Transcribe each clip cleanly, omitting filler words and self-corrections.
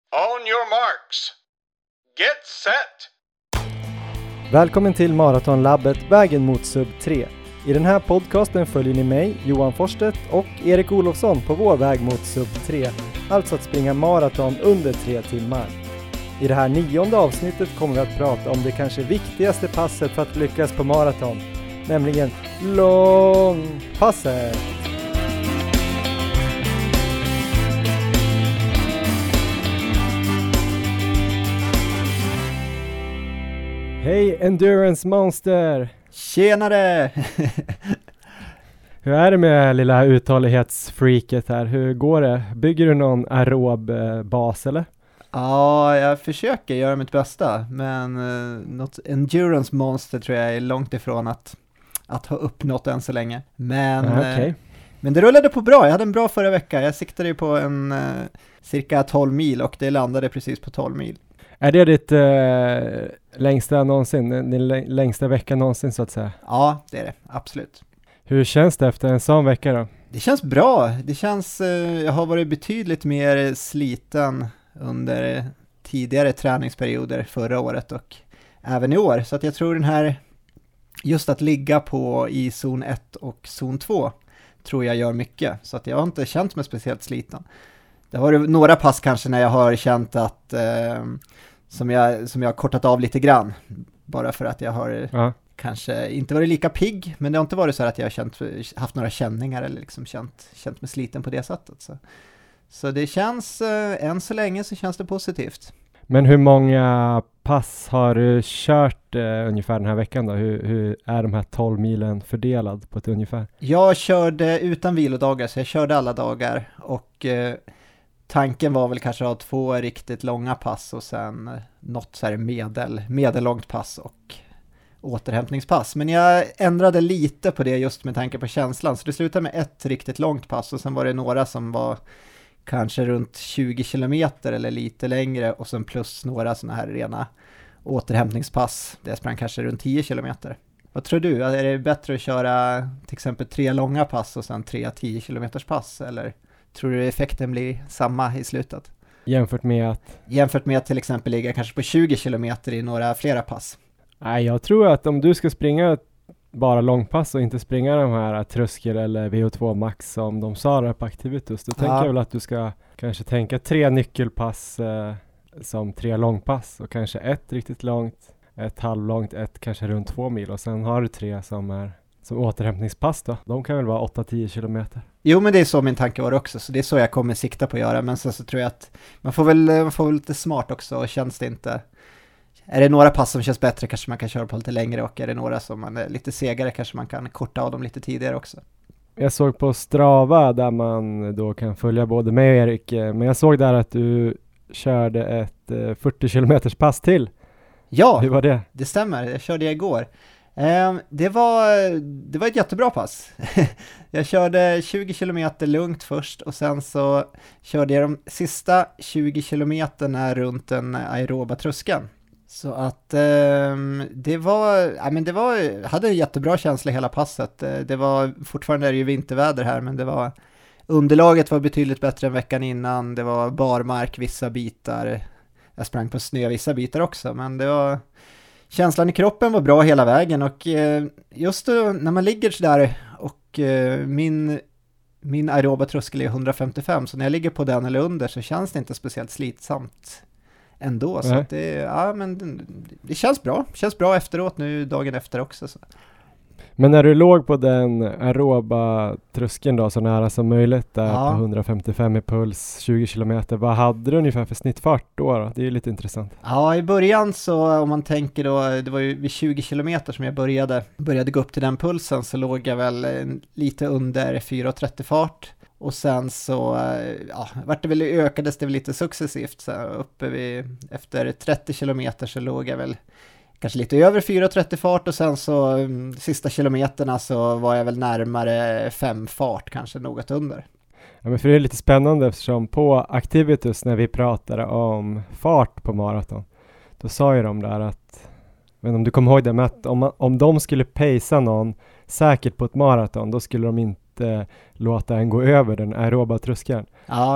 On your marks. Get set! Välkommen till Maratonlabbet Vägen mot sub 3. I den här podcasten följer ni mig, Johan Forstedt och Erik Olofsson på vår väg mot sub 3. Alltså att springa maraton under 3 timmar. I det här 9:e avsnittet kommer vi att prata om det kanske viktigaste passet för att lyckas på maraton. Nämligen långpasset. Hej Endurance Monster! Tjenare! Hur är det med lilla uthållighetsfreaket här? Hur går det? Bygger du någon aerob bas eller? Ja, jag försöker göra mitt bästa, men något Endurance Monster tror jag är långt ifrån att ha uppnått än så länge. Men det rullade på bra, jag hade en bbra förra veckan. Jag siktade ju på en cirka 12 mil och det landade precis på 12 mil. Är det ditt längsta någonsin, din längsta vecka någonsin så att säga? Ja, det är det, absolut. Hur känns det efter en sån vecka då? Det känns bra, jag har varit betydligt mer sliten under tidigare träningsperioder förra året och även i år. Så att jag tror den här, just att ligga i zon 1 och zon 2 tror jag gör mycket. Så att jag har inte känt mig speciellt sliten. Det har varit några pass kanske när jag har känt att som jag har kortat av lite grann. Bara för att jag har kanske inte varit lika pigg. Men det har inte varit så att jag har haft några känningar eller liksom känt mig sliten på det sättet. Så det känns, än så länge så känns det positivt. Men hur många pass har du kört ungefär den här veckan då? Hur är de här 12 milen fördelad på ett ungefär? Jag körde utan vilodagar så jag körde alla dagar och tanken var väl kanske att ha 2 riktigt långa pass och sen något så här medellångt pass och återhämtningspass. Men jag ändrade lite på det just med tanke på känslan. Så det slutade med ett riktigt långt pass och sen var det några som var kanske runt 20 kilometer eller lite längre och sen plus några sådana här rena återhämtningspass. Det sprang kanske runt 10 kilometer. Vad tror du? Är det bättre att köra till exempel 3 långa pass och sen 3 10 kilometers pass eller tror du effekten blir samma i slutet? Jämfört med att till exempel ligga kanske på 20 kilometer i några flera pass. Nej, jag tror att om du ska springa bara långpass och inte springa de här tröskel eller VO2 max som de sa där på Activitus, då tänker jag väl att du ska kanske tänka 3 nyckelpass som 3 långpass och kanske ett riktigt långt, ett halvlångt, ett kanske runt 2 mil och sen har du 3 som återhämtningspass då. De kan väl vara 8-10 kilometer. Jo, men det är så min tanke var också, så det är så jag kommer sikta på att göra, men sen så tror jag att man får väl lite smart också och känns det inte. Är det några pass som känns bättre kanske man kan köra på lite längre och är det några som man är lite segare kanske man kan korta av dem lite tidigare också. Jag såg på Strava där man då kan följa både mig och Erik, men jag såg där att du körde ett 40 kilometers pass till. Ja, hur var det? Det stämmer, jag körde det igår. Det var ett jättebra pass. Jag körde 20 kilometer lugnt först och sen så körde jag de sista 20 kilometerna runt den aeroba tröskeln. Så att hade en jättebra känsla hela passet. Det var fortfarande är det ju vinterväder här, men underlaget var betydligt bättre än veckan innan. Det var barmark vissa bitar. Jag sprang på snö vissa bitar också, men känslan i kroppen var bra hela vägen och just då, när man ligger så där och min aeroba tröskel är 155, så när jag ligger på den eller under så känns det inte speciellt slitsamt ändå. Så att det känns bra. Känns bra efteråt nu dagen efter också. Så. Men när du låg på den aeroba tröskeln då så nära som möjligt där på 155 i puls 20 kilometer, vad hade du ungefär för snittfart då? Det är ju lite intressant. Ja, i början så om man tänker då, det var ju vid 20 kilometer som jag började gå upp till den pulsen, så låg jag väl lite under 4:30 fart. Och sen så ökades det väl lite successivt. Så efter 30 kilometer så låg jag väl kanske lite över 4:30 fart och sen så sista kilometerna så var jag väl närmare 5 fart, kanske något under. Ja, men för det är lite spännande eftersom på Activitus när vi pratade om fart på maraton, då sa ju de där att, men om du kommer ihåg det, med att om de skulle pacea någon säkert på ett maraton, då skulle de inte låta en gå över den aeroba tröskeln. Ja.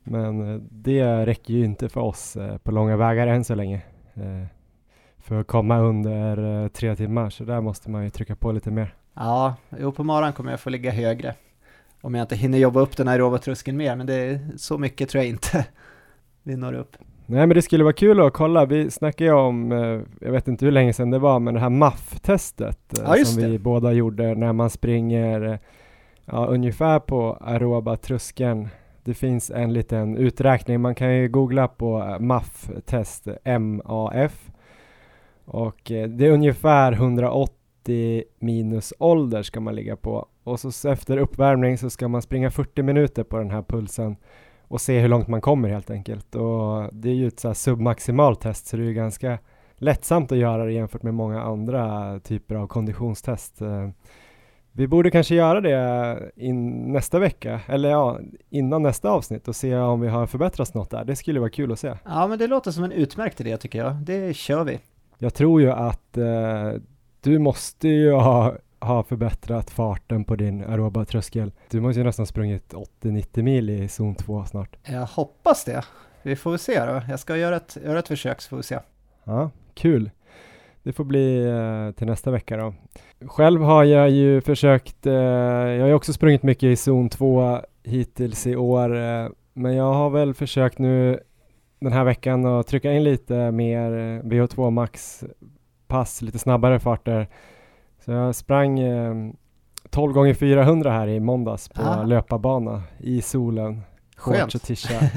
Men det räcker ju inte för oss på långa vägar än så länge. För att komma under 3 timmar, så där måste man ju trycka på lite mer. Ja, på morgonen kommer jag få ligga högre. Om jag inte hinner jobba upp den här aerobatröskeln mer, men det är så mycket tror jag inte vi når upp. Nej, men det skulle vara kul att kolla. Vi snackade ju om, jag vet inte hur länge sedan det var, men det här MAF-testet som vi båda gjorde när man springer ungefär på aerobatröskeln. Det finns en liten uträkning. Man kan ju googla på MAF-test, MAF. Och det är ungefär 180 minus ålder ska man ligga på. Och så efter uppvärmning så ska man springa 40 minuter på den här pulsen och se hur långt man kommer helt enkelt. Och det är ju ett så här submaximalt test, så det är ju ganska lättsamt att göra det jämfört med många andra typer av konditionstest. Vi borde kanske göra det nästa vecka, eller innan nästa avsnitt, och se om vi har förbättrat något där. Det skulle vara kul att se. Ja, men det låter som en utmärkt idé tycker jag. Det kör vi. Jag tror ju att du måste ju ha förbättrat farten på din aeroba tröskel. Du måste ju nästan sprungit 80-90 mil i zon 2 snart. Jag hoppas det. Vi får se då. Jag ska göra ett försök så får vi se. Ja, kul. Det får bli till nästa vecka då. Själv har jag ju försökt, jag har ju också sprungit mycket i zon 2 hittills i år. Men jag har väl försökt nu den här veckan att trycka in lite mer VO2 max pass, lite snabbare farter. Så jag sprang 12 gånger 400 här i måndags på löparbana i solen. Skönt. Och tisha.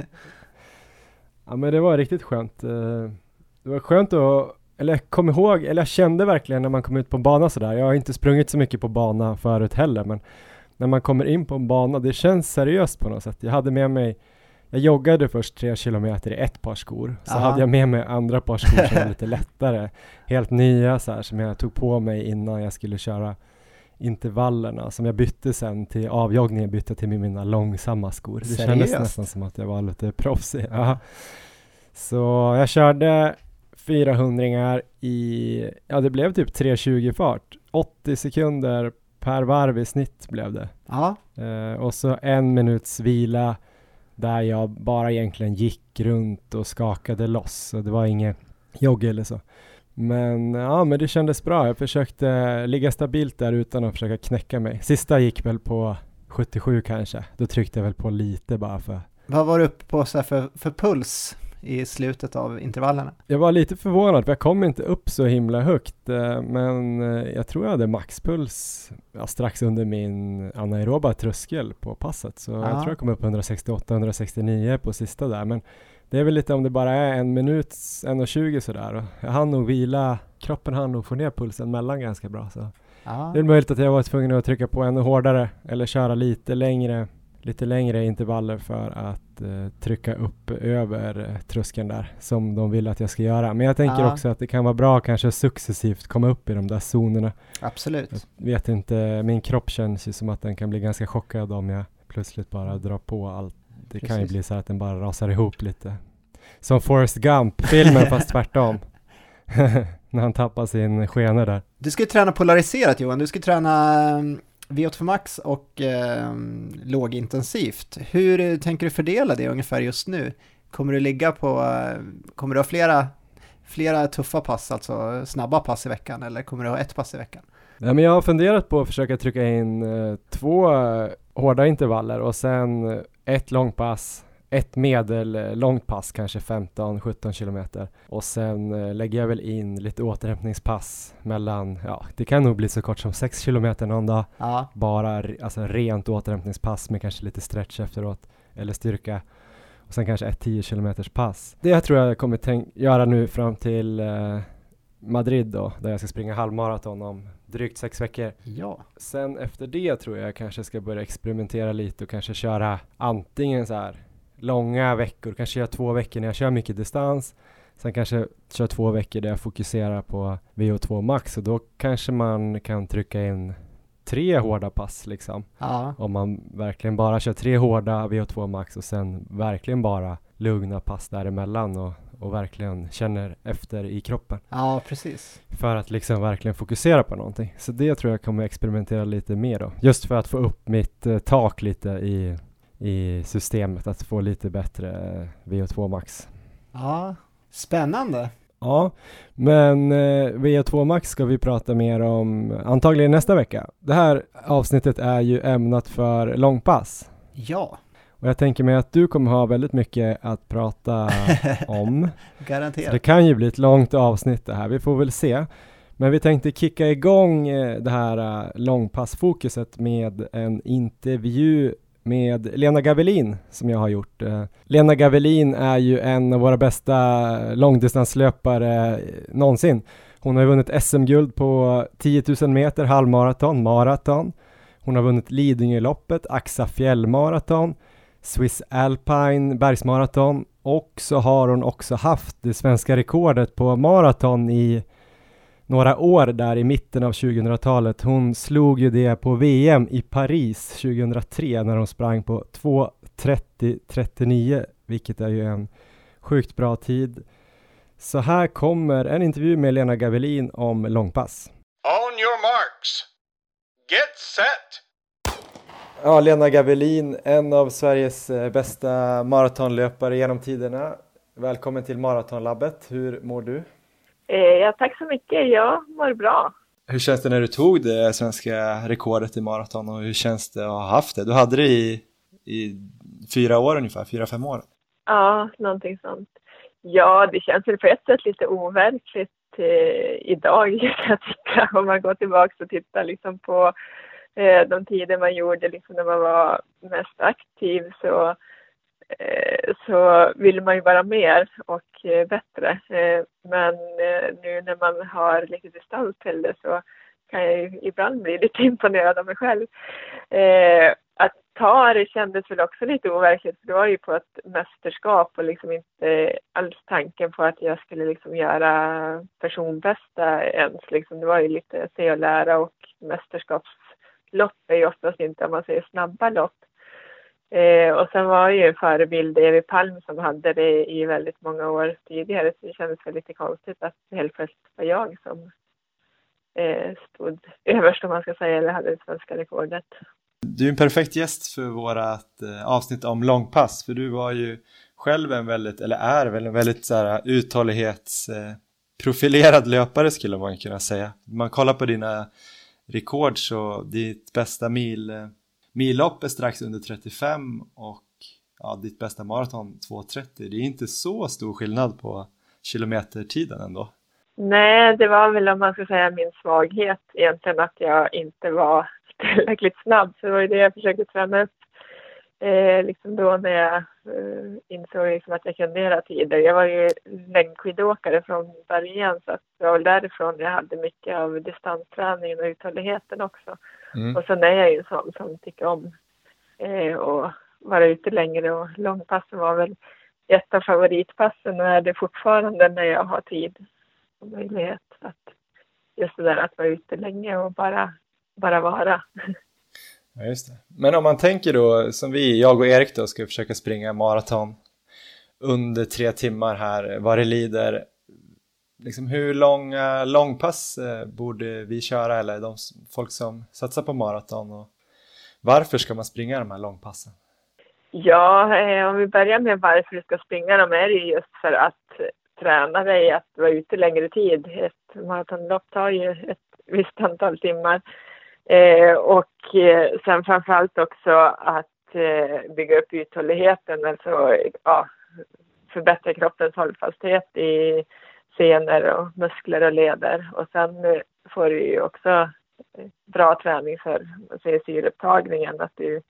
Ja, men det var riktigt skönt. Det var skönt att, eller jag kom ihåg, eller jag kände verkligen när man kom ut på en bana sådär. Jag har inte sprungit så mycket på bana förut heller, men när man kommer in på en bana, det känns seriöst på något sätt. Jag hade med mig, jag joggade först 3 kilometer i ett par skor. Så hade jag med mig andra par skor som var lite lättare. Helt nya så här, som jag tog på mig innan jag skulle köra intervallerna. Som jag bytte sen till avjoggningen, bytte till mina långsamma skor. Det kändes nästan som att jag var lite proffsig. Ja. Så jag körde 400-ringar i, det blev typ 3:20 fart. 80 sekunder per varv i snitt blev det. Och så 1 minuts vila där jag bara egentligen gick runt och skakade loss. Så det var inget jogg eller så. Men det kändes bra. Jag försökte ligga stabilt där utan att försöka knäcka mig. Sista gick väl på 77 kanske. Då tryckte jag väl på lite bara för. Vad var du uppe på så här för puls i slutet av intervallerna? Jag var lite förvånad för jag kom inte upp så himla högt. Men jag tror jag hade maxpuls strax under min anaeroba tröskel på passet. Så jag tror jag kom upp 168-169 på sista där. Men det är väl lite om det bara är 1 minut, 1:20 sådär. Jag hann nog vila, kroppen hann nog få ner pulsen mellan ganska bra. Så. Det är möjligt att jag var tvungen att trycka på ännu hårdare eller köra lite längre intervaller för att trycka upp över tröskeln där som de vill att jag ska göra. Men jag tänker också att det kan vara bra kanske successivt komma upp i de där zonerna. Absolut. Jag vet inte, min kropp känns ju som att den kan bli ganska chockad om jag plötsligt bara drar på allt. Det kan ju bli så att den bara rasar ihop lite. Som Forrest Gump-filmen fast tvärtom. När han tappar sin skena där. Du ska ju träna polariserat Johan. Du ska träna VO2 max och lågintensivt. Hur tänker du fördela det ungefär just nu? Kommer du ha flera tuffa pass, alltså snabba pass i veckan, eller kommer du ha ett pass i veckan? Ja, men jag har funderat på att försöka trycka in 2 hårda intervaller och sen ett långpass, ett medellångt pass, kanske 15-17 kilometer. Och sen lägger jag väl in lite återhämtningspass mellan, det kan nog bli så kort som 6 kilometer någon dag. Bara alltså rent återhämtningspass med kanske lite stretch efteråt eller styrka. Och sen kanske ett 10 kilometers pass. Det tror jag kommer göra nu fram till Madrid då, där jag ska springa halvmaraton om drygt 6 veckor. Ja. Sen efter det tror jag kanske ska börja experimentera lite och kanske köra antingen så här långa veckor, kanske göra 2 veckor när jag kör mycket distans. Sen kanske kör 2 veckor där jag fokuserar på VO2 max, och då kanske man kan trycka in 3 hårda pass liksom. Om man verkligen bara kör 3 hårda VO2 max och sen verkligen bara lugna pass däremellan och verkligen känner efter i kroppen. Ja, precis. För att liksom verkligen fokusera på någonting. Så det tror jag kommer experimentera lite mer då. Just för att få upp mitt tak lite i i systemet att få lite bättre VO2 max. Ja, spännande. Ja, men VO2 max ska vi prata mer om antagligen nästa vecka. Det här avsnittet är ju ämnat för långpass. Ja. Och jag tänker mig att du kommer ha väldigt mycket att prata om. Garanterat. Så det kan ju bli ett långt avsnitt det här, vi får väl se. Men vi tänkte kicka igång det här långpassfokuset med en intervju med Lena Gavelin som jag har gjort. Lena Gavelin är ju en av våra bästa långdistanslöpare någonsin. Hon har vunnit SM-guld på 10 000 meter halvmaraton, maraton. Hon har vunnit Lidingöloppet, Axa fjällmaraton, Swiss Alpine bergsmaraton och så har hon också haft det svenska rekordet på maraton i några år där i mitten av 2000-talet. Hon slog ju det på VM i Paris 2003 när hon sprang på 2:30:39, vilket är ju en sjukt bra tid. Så här kommer en intervju med Lena Gavelin om långpass. On your marks. Get set. Ja, Lena Gavelin, en av Sveriges bästa maratonlöpare genom tiderna. Välkommen till Maratonlabbet. Hur mår du? Ja, tack så mycket. Jag mår bra. Hur känns det när du tog det svenska rekordet i maraton och hur känns det att ha haft det? Du hade det i 4 år ungefär, 4-5 år. Ja, någonting sånt. Ja, det känns väl på ett sätt lite overkligt idag kan jag tycka. Om man går tillbaka och tittar liksom på de tider man gjorde liksom när man var mest aktiv så vill man ju vara mer och bättre. Men nu när man har lite distans till det så kan jag ju ibland bli lite imponerad av mig själv. Att ta det kändes väl också lite overkligt, för det var ju på ett mästerskap och liksom inte alls tanken på att jag skulle liksom göra personbästa ens. Liksom, det var ju lite se och lära, och mästerskapslopp är ju oftast inte, om man säger snabba lopp. Och sen var ju en förebild Evi Palm som hade det i väldigt många år tidigare, så det kändes väl lite konstigt att det helt plötsligt var jag som stod överst, om man ska säga, eller hade det svenska rekordet. Du är en perfekt gäst för vårat avsnitt om långpass, för du var ju själv en väldigt så här uthållighetsprofilerad löpare skulle man kunna säga. Man kollar på dina rekord så ditt bästa millopp är strax under 35 och ditt bästa maraton 2:30. Det är inte så stor skillnad på kilometertiden ändå. Nej, det var väl, om man ska säga, min svaghet egentligen, att jag inte var tillräckligt snabb. Så det var ju det jag försökte träna upp liksom då när jag insåg liksom att jag kunde göra tider. Jag var ju längdskidåkare från början, så att det var väl därifrån jag hade mycket av distansträningen och uthålligheten också. Och sen är jag ju en sån som tycker om att vara ute längre, och långpassen var väl ett av favoritpassen och är det fortfarande när jag har tid och möjlighet. Att just det där att vara ute länge och bara vara. Ja, just det. Men om man tänker då, som jag och Erik då ska försöka springa maraton under 3 timmar här, vad det lider. Liksom hur långa långpass borde vi köra, eller de folk som satsar på maraton, och varför ska man springa de här långpassen? Ja, om vi börjar med varför du ska springa dem, är det just för att träna dig att vara ute längre tid. Ett maratonlopp tar ju ett visst antal timmar. Och sen framförallt också att bygga upp uthålligheten, alltså förbättra kroppens hållfasthet i senor och muskler och leder. Och sen får du ju också bra träning för syreupptagningen, att du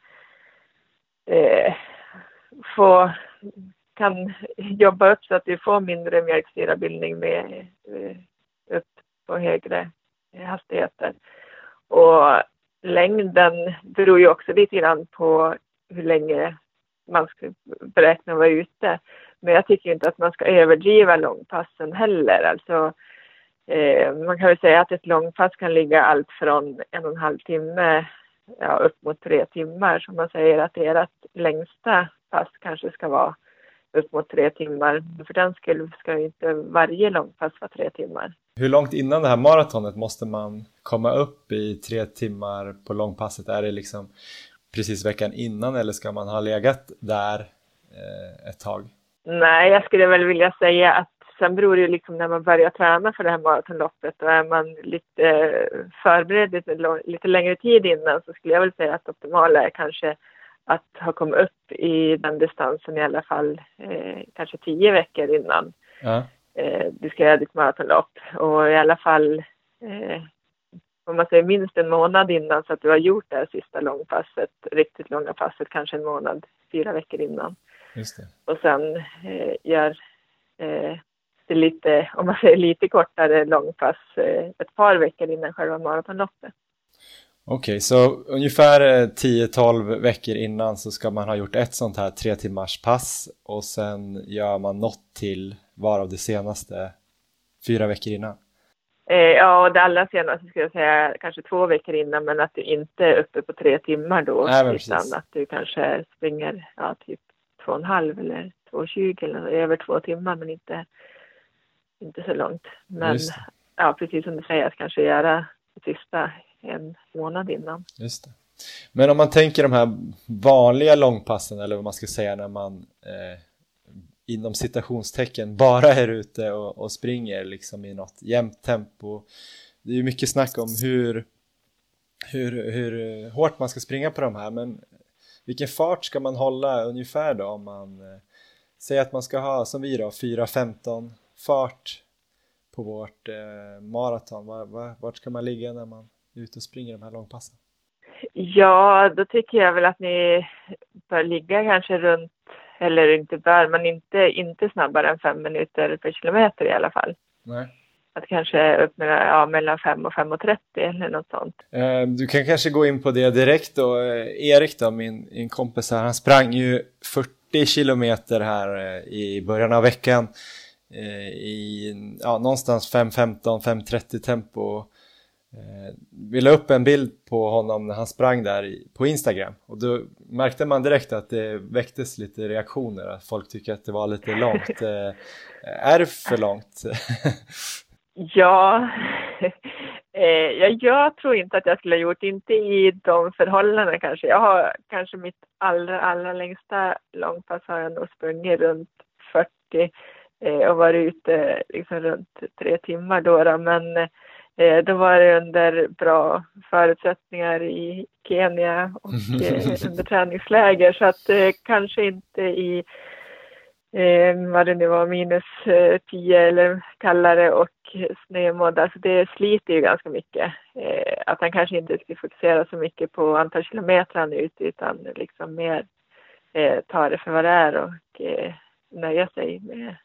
kan jobba upp så att du får mindre mjölksyrabildning med upp på högre hastigheter. Och längden beror ju också lite grann på hur länge man ska beräkna vara ute. Men jag tycker inte att man ska överdriva långpassen heller. Alltså, man kan väl säga att ett långpass kan ligga allt från 1,5 timme upp mot 3 timmar. Så man säger att ert längsta pass kanske ska vara upp mot 3 timmar. För den skull ska inte varje långpass vara 3 timmar. Hur långt innan det här maratonet måste man komma upp i 3 timmar på långpasset? Är det liksom precis veckan innan, eller ska man ha legat där ett tag? Nej, jag skulle väl vilja säga att sen beror det ju liksom när man börjar träna för det här maratonloppet, och är man lite förberedd lite längre tid innan, så skulle jag väl säga att optimala är kanske att ha kommit upp i den distansen i alla fall kanske 10 veckor innan du ska göra ditt maratonlopp, och i alla fall om man säger minst en månad innan, så att du har gjort det här sista långpasset, riktigt långa passet, kanske en månad, 4 veckor innan. Just det. Och sen gör det lite, om man säger lite kortare långpass ett par veckor innan själva maratonloppet. Okej, så ungefär 10-12 veckor innan så ska man ha gjort ett sånt här 3 timmars pass, och sen gör man något till varav det senaste 4 veckor innan. Ja, och det allra senaste skulle jag säga kanske 2 veckor innan, men att du inte är uppe på 3 timmar då, utan att du kanske springer typ 2,5 eller 2,20 eller över 2 timmar, men inte så långt. Men precis som du säger, att kanske göra det sista en månad innan. Just det. Men om man tänker de här vanliga långpassen, eller vad man ska säga, när man inom citationstecken bara är ute och springer liksom i något jämnt tempo. Det är ju mycket snack om hur hårt man ska springa på de här, men vilken fart ska man hålla ungefär då, om man säger att man ska ha, som vi då, 4:15 fart på vårt maraton. Vart ska man ligga när man är ute och springer de här långpassen? Ja, då tycker jag väl att ni bör ligga kanske runt, eller inte bör, men inte snabbare än 5 minuter per kilometer i alla fall. Nej. Att kanske upp mellan 5 och 5:30 eller något sånt. Du kan kanske gå in på det direkt då. Erik då, min kompis här, han sprang ju 40 kilometer här i början av veckan i någonstans 5:15, 5:30 tempo. Vi la upp en bild på honom när han sprang där på Instagram, och då märkte man direkt att det väcktes lite reaktioner, att folk tycker att det var lite långt. Är det för långt? Ja, jag tror inte att jag skulle ha gjort, inte i de förhållandena kanske. Jag har kanske mitt allra längsta långpass har jag nog sprungit runt 40 och varit ute liksom runt 3 timmar då, men då var det under bra förutsättningar i Kenya och under träningsläger, så att kanske inte i vad det nu var, minus 10 eller kallare och snömodd. Alltså det sliter ju ganska mycket. Att han kanske inte ska fokusera så mycket på antal kilometer han är ute, utan liksom mer ta det för vad det är och nöja sig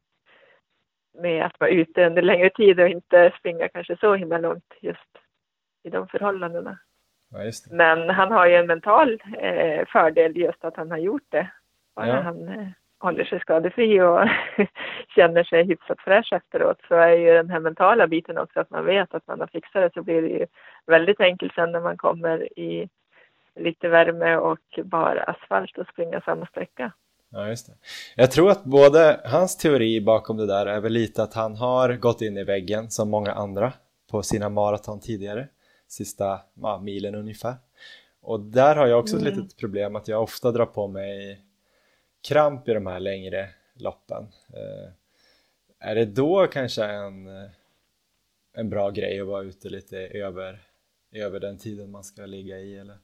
med att vara ute under längre tid och inte springa kanske så himla långt just i de förhållandena. Ja, just det. Men han har ju en mental fördel just att han har gjort det. Bara han håller sig skadefri och känner sig hyfsat fräsch efteråt, så är ju den här mentala biten också, att man vet att man har fixat det, så blir det ju väldigt enkelt sen när man kommer i lite värme och bara asfalt och springa samma sträcka. Ja, just det. Jag tror att både hans teori bakom det där är väl lite att han har gått in i väggen som många andra på sina maraton tidigare, sista milen ungefär. Och där har jag också ett litet problem, att jag ofta drar på mig kramp i de här längre loppen. Är det då kanske en bra grej att vara ute lite över den tiden man ska ligga i, eller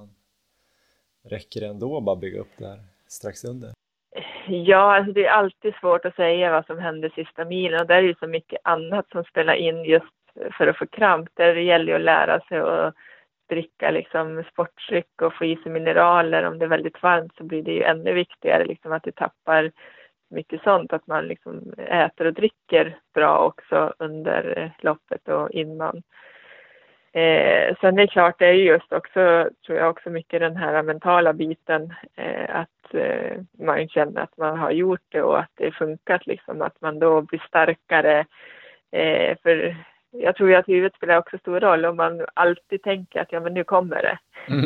räcker det ändå att bara bygga upp där strax under? Ja, alltså det är alltid svårt att säga vad som händer sista milen, och där är ju så mycket annat som spelar in just för att få kramp. Där det gäller ju att lära sig att dricka liksom sportdryck och få i sig mineraler. Om det är väldigt varmt så blir det ju ännu viktigare liksom att du tappar mycket sånt, att man liksom äter och dricker bra också under loppet och innan. Sen är det klart, det är just också, tror jag också mycket den här mentala biten, att man känner att man har gjort det och att det funkat liksom, att man då blir starkare. För jag tror ju att huvudet spelar också stor roll, om man alltid tänker att men nu kommer det.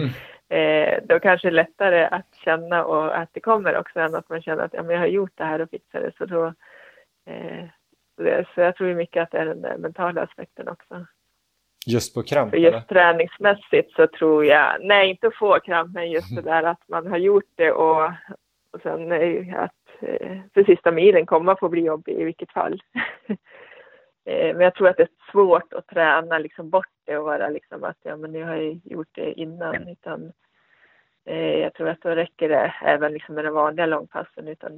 Då kanske det är lättare att känna och att det kommer också, än att man känner att jag har gjort det här och fixat det. Så då, så jag tror ju mycket att det är den där mentala aspekten också. Just på kramp, För just eller? träningsmässigt så tror jag, nej inte att få kramp, men just det där att man har gjort det och sen är ju att för sista milen kommer få bli jobbig i vilket fall. Men jag tror att det är svårt att träna liksom bort det och vara liksom att ja, men nu har jag gjort det innan, utan jag tror att då räcker det även liksom med den vanliga långpassen, utan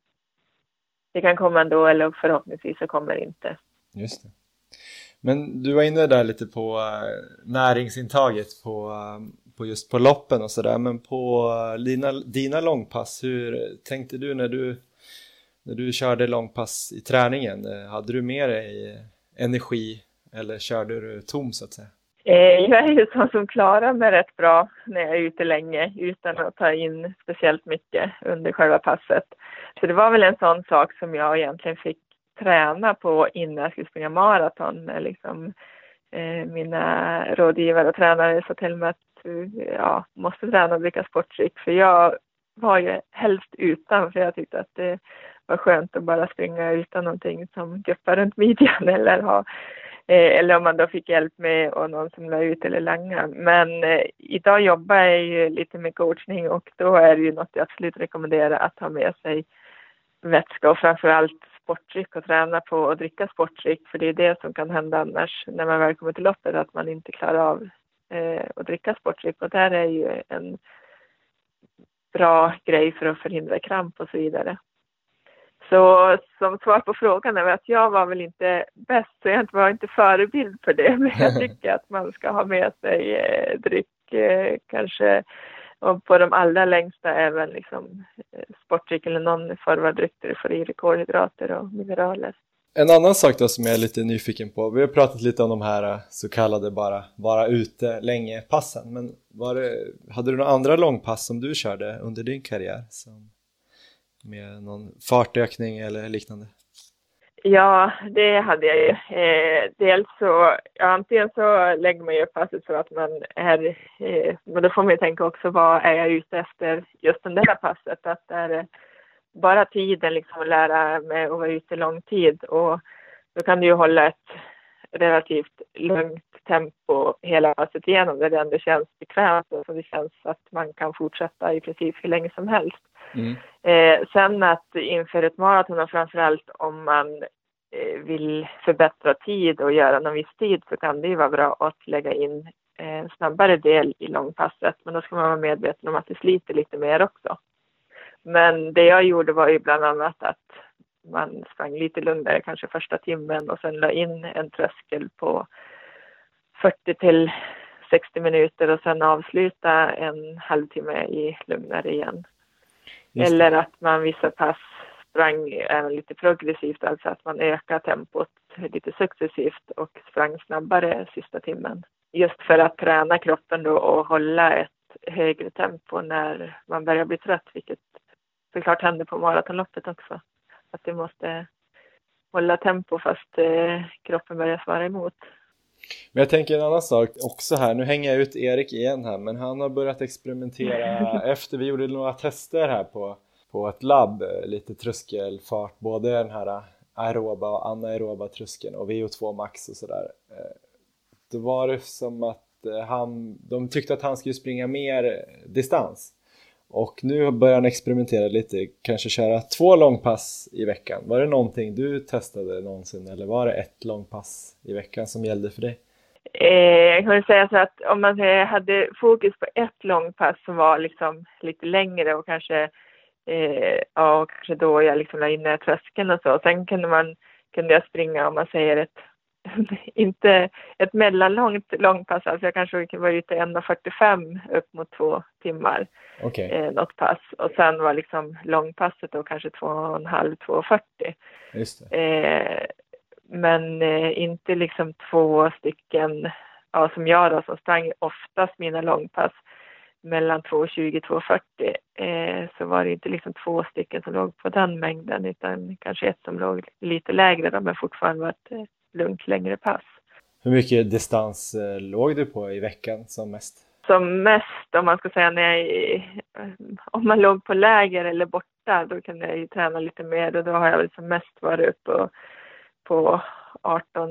det kan komma ändå, eller förhoppningsvis så kommer det inte. Just det. Men du var inne där lite på näringsintaget på just på loppen och sådär, men på dina långpass, hur tänkte du när du körde långpass i träningen? Hade du med dig energi eller körde du tom så att säga? Jag är ju sån som klarar mig rätt bra när jag är ute länge utan att ta in speciellt mycket under själva passet. Så det var väl en sån sak som jag egentligen fick träna på innan jag skulle springa maraton. Med liksom, mina rådgivare och tränare sa till mig att ja, måste träna och dricka sportdryck. För jag var ju helst utan, för jag tyckte att det var skönt att bara springa utan någonting som guppar runt midjan eller om man då fick hjälp med och någon som la ut eller langa. Men idag jobbar jag ju lite med coachning och då är det ju något jag absolut rekommenderar att ha med sig vätska och framförallt sportdryck och träna på och dricka sportdryck. För det är det som kan hända annars när man väl kommer till loppet, att man inte klarar av att dricka sportdryck. Och där är ju en bra grej för att förhindra kramp och så vidare. Så som svar på frågan är att jag var väl inte bäst, så jag var inte förebild för det. Men jag tycker att man ska ha med sig dryck kanske, och på de allra längsta även liksom sportdryck eller någon form av dryck där du får i kolhydrater och mineraler. En annan sak då som jag är lite nyfiken på, vi har pratat lite om de här så kallade bara ute länge passen, men hade du några andra långpass som du körde under din karriär med någon fartökning eller liknande? Ja, det hade jag ju. Dels så, antingen så lägger man ju passet så att man är, men då får man ju tänka också, vad är jag ute efter just det där passet? Att det är bara tiden liksom att lära mig att vara ute lång tid, och då kan du ju hålla ett relativt lugnt tempo hela passet igenom, där det ändå känns bekvämt och så det känns att man kan fortsätta i princip hur länge som helst. Sen att inför ett maraton, och framförallt om man vill förbättra tid och göra någon viss tid, så kan det ju vara bra att lägga in en snabbare del i långpasset, men då ska man vara medveten om att det sliter lite mer också. Men det jag gjorde var ju bland annat att man sprang lite lugnare kanske första timmen och sen la in en tröskel på 40 till 60 minuter och sen avsluta en halvtimme i lugnare igen. Eller att man vissa pass sprang även lite progressivt, alltså att man ökar tempot lite successivt och sprang snabbare sista timmen. Just för att träna kroppen då och hålla ett högre tempo när man börjar bli trött, vilket såklart händer på maratonloppet också. Att du måste hålla tempo fast kroppen börjar svara emot. Men jag tänker en annan sak också här, nu hänger jag ut Erik igen här, men han har börjat experimentera efter vi gjorde några tester här på ett labb, lite tröskelfart, både den här aeroba och anaeroba tröskeln och VO2 max och sådär. Då var det som att de tyckte att han skulle springa mer distans. Och nu börjar han experimentera lite, kanske köra 2 långpass i veckan. Var det någonting du testade någonsin, eller var det ett långpass i veckan som gällde för dig? Jag kan säga så att om man hade fokus på ett långpass som var liksom lite längre och kanske då jag liksom la in tröskeln och så. Sen kunde jag springa, om man säger inte ett mellanlångt långpass, alltså jag kanske var ute 1:45 upp mot 2 timmar. Okay. Något pass, och sen var liksom långpasset då kanske 2,5-2,40. Just det. Men inte liksom 2 stycken, ja, som jag då, som sprang oftast mina långpass mellan 2,20-2,40, så var det inte liksom 2 stycken som låg på den mängden, utan kanske ett som låg lite lägre då, men fortfarande var ett lugnt längre pass. Hur mycket distans låg du på i veckan som mest? Som mest, om man ska säga, om man låg på läger eller borta, då kunde jag ju träna lite mer, och då har jag väl som mest varit uppe på 18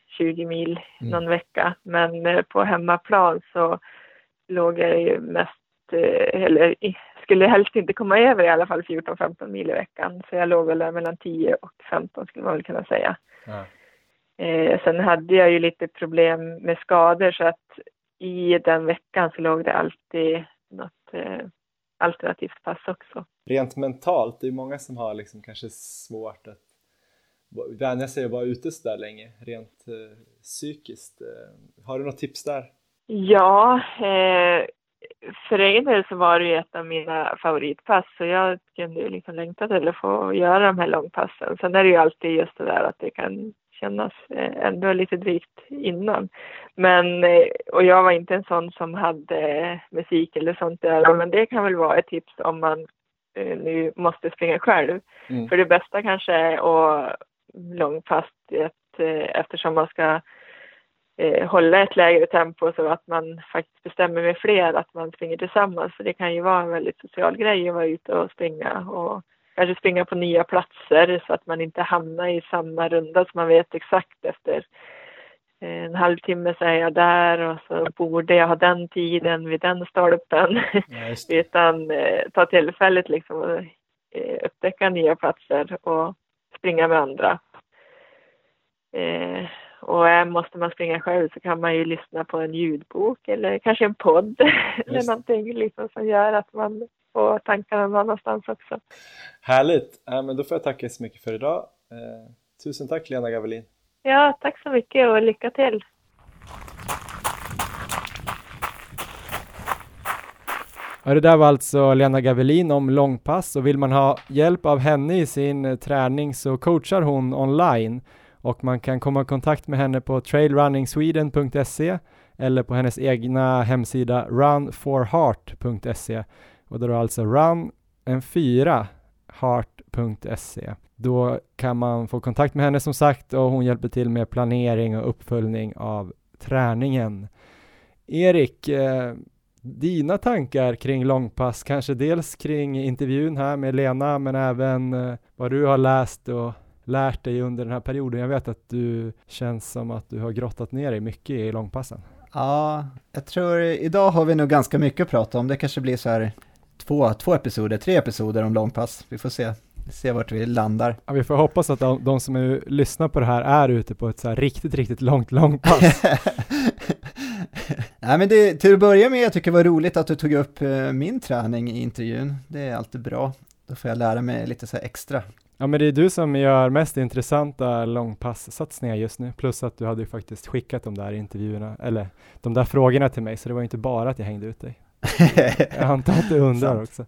20 mil någon vecka. Men på hemmaplan så låg jag ju mest, eller skulle helst inte komma över i alla fall 14-15 mil i veckan. Så jag låg väl där mellan 10 och 15 skulle man väl kunna säga. Ja. Sen hade jag ju lite problem med skador, så att i den veckan så låg det alltid något alternativt pass också. Rent mentalt, det är många som har liksom kanske svårt att vänja sig att vara ute så där länge. Rent psykiskt. Har du något tips där? Ja, för egen del så var det ju ett av mina favoritpass, så jag kunde ju liksom längta till att få göra de här långpassen. Sen är det ju alltid just det där att det kan kännas ändå lite drygt innan. Men, och jag var inte en sån som hade musik eller sånt där, men det kan väl vara ett tips om man nu måste springa själv. För det bästa kanske är att långpass eftersom man ska hålla ett lägre tempo, så att man faktiskt bestämmer med fler att man springer tillsammans. För det kan ju vara en väldigt social grej att vara ute och springa, och kanske springa på nya platser så att man inte hamnar i samma runda, så man vet exakt efter en halvtimme så är jag där och så borde jag ha den tiden vid den stolpen. Ja, utan ta tillfället liksom och upptäcka nya platser och springa med andra. Och måste man springa själv så kan man ju lyssna på en ljudbok eller kanske en podd eller någonting liksom som gör att man får tankarna någon annanstans också. Härligt! Men då får jag tacka så mycket för idag. Tusen tack Lena Gavelin. Ja, tack så mycket och lycka till! Ja, det där var alltså Lena Gavelin om långpass, och vill man ha hjälp av henne i sin träning så coachar hon online. Och man kan komma i kontakt med henne på trailrunningsweden.se eller på hennes egna hemsida runforheart.se. Och då är det alltså run4heart.se. Då kan man få kontakt med henne som sagt, och hon hjälper till med planering och uppföljning av träningen. Erik, dina tankar kring långpass, kanske dels kring intervjun här med Lena, men även vad du har läst och lärt dig under den här perioden. Jag vet att du känns som att du har grottat ner dig mycket i långpassen. Ja, jag tror idag har vi nog ganska mycket att prata om. Det kanske blir så här 3 episoder om långpass. Vi får se vart vi landar. Ja, vi får hoppas att de som lyssnar på det här är ute på ett så här riktigt långpass. Nej, men till att börja med, jag tycker det var roligt att du tog upp min träning i intervjun. Det är alltid bra. Då får jag lära mig lite så här extra. Ja, men det är du som gör mest intressanta långpasssatsningar just nu. Plus att du hade ju faktiskt skickat de där intervjuerna, eller de där frågorna till mig. Så det var inte bara att jag hängde ut dig. Jag antar att du undrar också.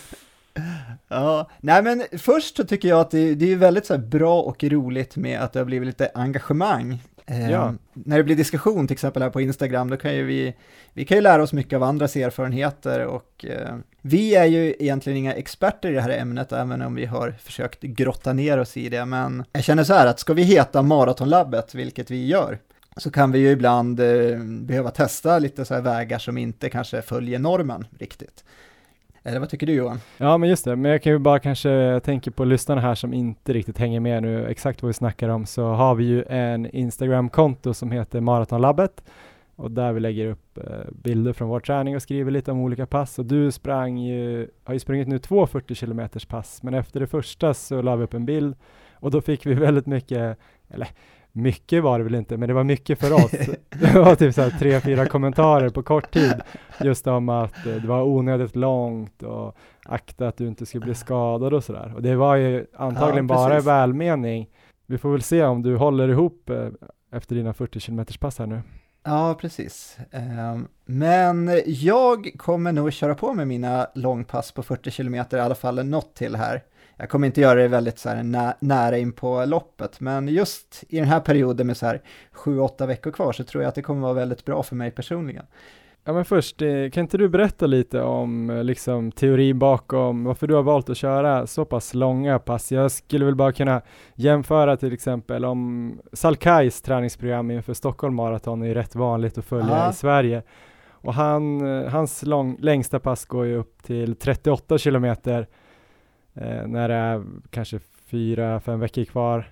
Ja, nej men först så tycker jag att det är väldigt så här bra och roligt med att det har blivit lite engagemang. När det blir diskussion till exempel här på Instagram, då kan ju vi kan ju lära oss mycket av andras erfarenheter, och vi är ju egentligen inga experter i det här ämnet, även om vi har försökt grotta ner oss i det. Men jag känner så här att ska vi heta Maratonlabbet, vilket vi gör, så kan vi ju ibland behöva testa lite så här vägar som inte kanske följer normen riktigt. Eller vad tycker du, Johan? Ja, men just det. Men jag kan ju bara kanske tänka på lyssnarna här som inte riktigt hänger med nu exakt vad vi snackar om, så har vi ju en Instagram-konto som heter Maratonlabbet, och där vi lägger upp bilder från vår träning och skriver lite om olika pass. Och du har ju sprungit nu 2 40 km pass, men efter det första så la vi upp en bild, och då fick vi väldigt mycket, eller mycket var det väl inte, men det var mycket för oss. Det var typ så här 3-4 kommentarer på kort tid just om att det var onödigt långt och akta att du inte skulle bli skadad och sådär. Och det var ju antagligen bara välmening. Vi får väl se om du håller ihop efter dina 40 km pass här nu. Ja, precis. Men jag kommer nog köra på med mina långpass på 40 km i alla fall något till här. Jag kommer inte göra det väldigt så här nära in på loppet, men just i den här perioden med så här 7-8 veckor kvar så tror jag att det kommer vara väldigt bra för mig personligen. Ja, men först, kan inte du berätta lite om liksom teorin bakom varför du har valt att köra så pass långa pass? Jag skulle väl bara kunna jämföra till exempel om Salkais träningsprogram inför Stockholm Marathon är ju rätt vanligt att följa i Sverige. Och hans längsta pass går ju upp till 38 kilometer när det är kanske 4-5 veckor kvar.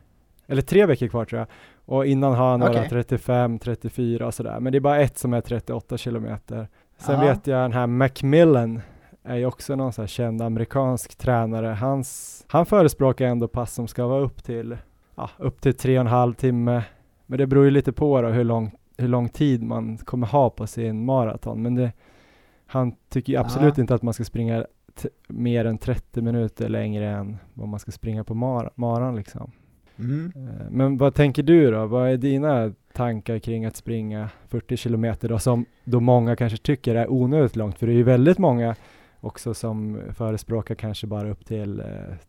eller 3 veckor kvar tror jag. Och innan har han några Okej. 35, 34 och sådär. Men det är bara ett som är 38 kilometer. Sen Ja. vet jag den här Macmillan är ju också någon så här känd amerikansk tränare. Han förespråkar ändå pass som ska vara upp till 3,5 timme. Men det beror ju lite på då hur lång tid man kommer ha på sin maraton. Men han tycker ju absolut inte att man ska springa mer än 30 minuter längre än vad man ska springa på maran liksom. Mm. Men vad tänker du då? Vad är dina tankar kring att springa 40 kilometer då, som då många kanske tycker är onödigt långt? För det är ju väldigt många också som förespråkar kanske bara upp till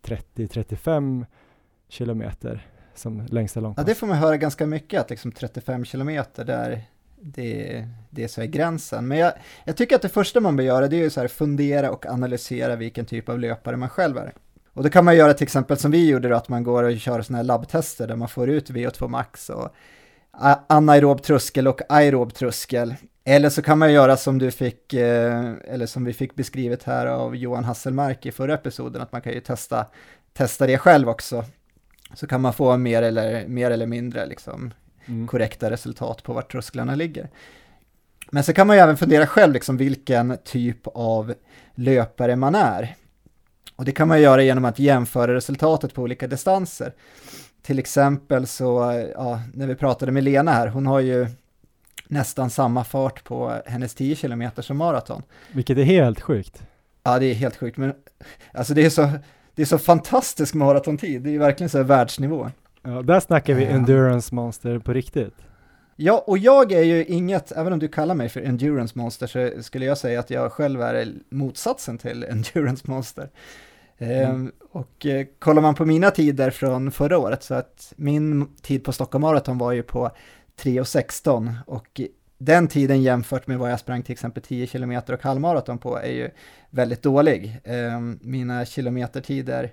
30-35 kilometer som längsta Ja, långpass. det får man höra ganska mycket, att liksom 35 kilometer där det är så här gränsen. Men jag tycker att det första man bör göra, det är ju så här fundera och analysera vilken typ av löpare man själv är. Och då kan man göra till exempel som vi gjorde då, att man går och kör såna här labbtester där man får ut VO2 max och anaerob tröskel och aerob tröskel. Eller så kan man göra som eller som vi fick beskrivet här av Johan Hasselmark i förra episoden, att man kan ju testa det själv också. Så kan man få mer eller mindre liksom korrekta resultat på vart trösklarna ligger. Men så kan man ju även fundera själv liksom vilken typ av löpare man är. Och det kan man göra genom att jämföra resultatet på olika distanser. Till exempel så, när vi pratade med Lena här, hon har ju nästan samma fart på hennes 10 kilometer som maraton. Vilket är helt sjukt. Ja, det är helt sjukt, men alltså det är så fantastisk maratontid, det är ju verkligen så här världsnivå. Ja, där snackar vi endurance monster på riktigt. Ja, och jag är ju inget, även om du kallar mig för endurance monster, så skulle jag säga att jag själv är motsatsen till endurance monster. Och kollar man på mina tider från förra året, så att min tid på Stockholm Marathon var ju på 3:16, och den tiden jämfört med vad jag sprang till exempel 10 kilometer och halvmaraton på är ju väldigt dålig. Mina kilometertider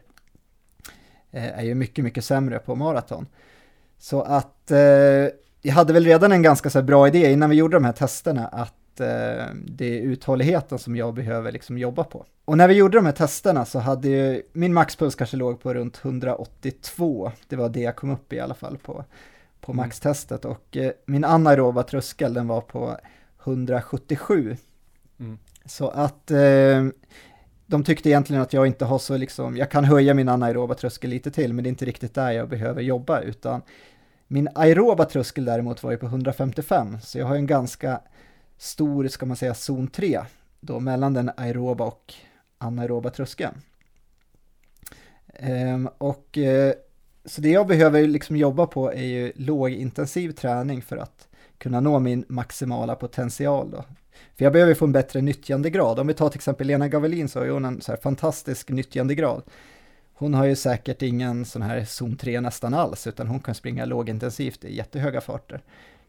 är ju mycket, mycket sämre på maraton. Så att jag hade väl redan en ganska så bra idé innan vi gjorde de här testerna, att det är uthålligheten som jag behöver liksom jobba på. Och när vi gjorde de här testerna så hade ju min maxpuls kanske låg på runt 182. Det var det jag kom upp i alla fall på maxtestet. Och min anaeroba tröskel, den var på 177. Så att de tyckte egentligen att jag inte har så liksom, jag kan höja min anaeroba tröskel lite till, men det är inte riktigt där jag behöver jobba, utan min aeroba tröskel däremot var ju på 155, så jag har en ganska stor, ska man säga, zon 3 då mellan den aeroba och anaeroba tröskeln. Så det jag behöver liksom jobba på är ju lågintensiv träning för att kunna nå min maximala potential då. För jag behöver få en bättre nyttjandegrad. Om vi tar till exempel Lena Gavelin, så har hon en så här fantastisk nyttjandegrad. Hon har ju säkert ingen sån här zon 3 nästan alls, utan hon kan springa lågintensivt i jättehöga farter.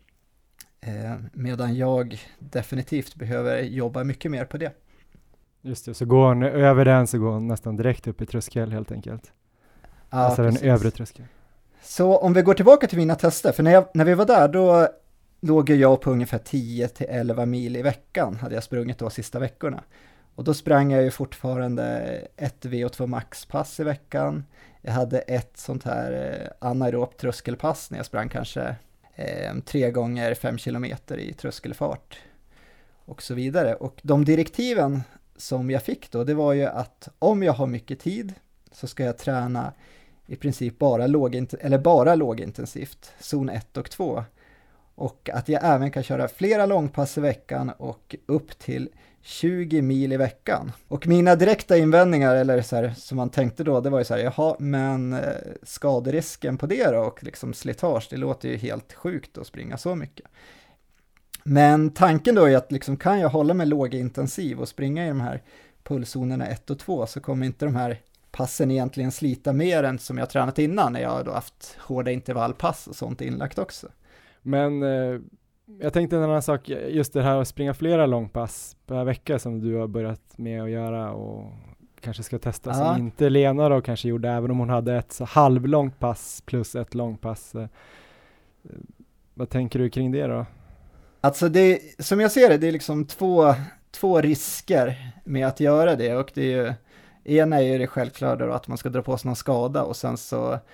Medan jag definitivt behöver jobba mycket mer på det. Just det, så går hon över den så går hon nästan direkt upp i tröskel helt enkelt. Ja, alltså precis. den övre tröskeln. Så om vi går tillbaka till mina tester, för när vi var där då låg jag på ungefär 10-11 mil i veckan, hade jag sprungit då sista veckorna. Och då sprang jag ju fortfarande ett VO2 max-pass i veckan. Jag hade ett sånt här anaerob tröskelpass när jag sprang kanske 3 gånger 5 kilometer i tröskelfart och så vidare. Och de direktiven som jag fick då, det var ju att om jag har mycket tid så ska jag träna i princip bara lågintensivt, zon 1 och 2. Och att jag även kan köra flera långpass i veckan och upp till 20 mil i veckan. Och mina direkta invändningar, eller så här, som man tänkte då, det var ju så här, jaha, men skaderisken på det då, och liksom slitage, det låter ju helt sjukt att springa så mycket. Men tanken då är att liksom, kan jag hålla mig lågintensiv och springa i de här pulszonerna 1 och 2, så kommer inte de här passen egentligen slita mer än som jag tränat innan, när jag då haft hårda intervallpass och sånt inlagt också. Men jag tänkte en annan sak, just det här att springa flera långpass per vecka som du har börjat med att göra och kanske ska testa, som inte Lena då kanske gjorde, även om hon hade ett så halvlångt pass plus ett långpass. Vad tänker du kring det då? Alltså det, som jag ser det, det är liksom två risker med att göra det, och det är ju, ena är ju det självklara då, att man ska dra på sig någon skada, och sen så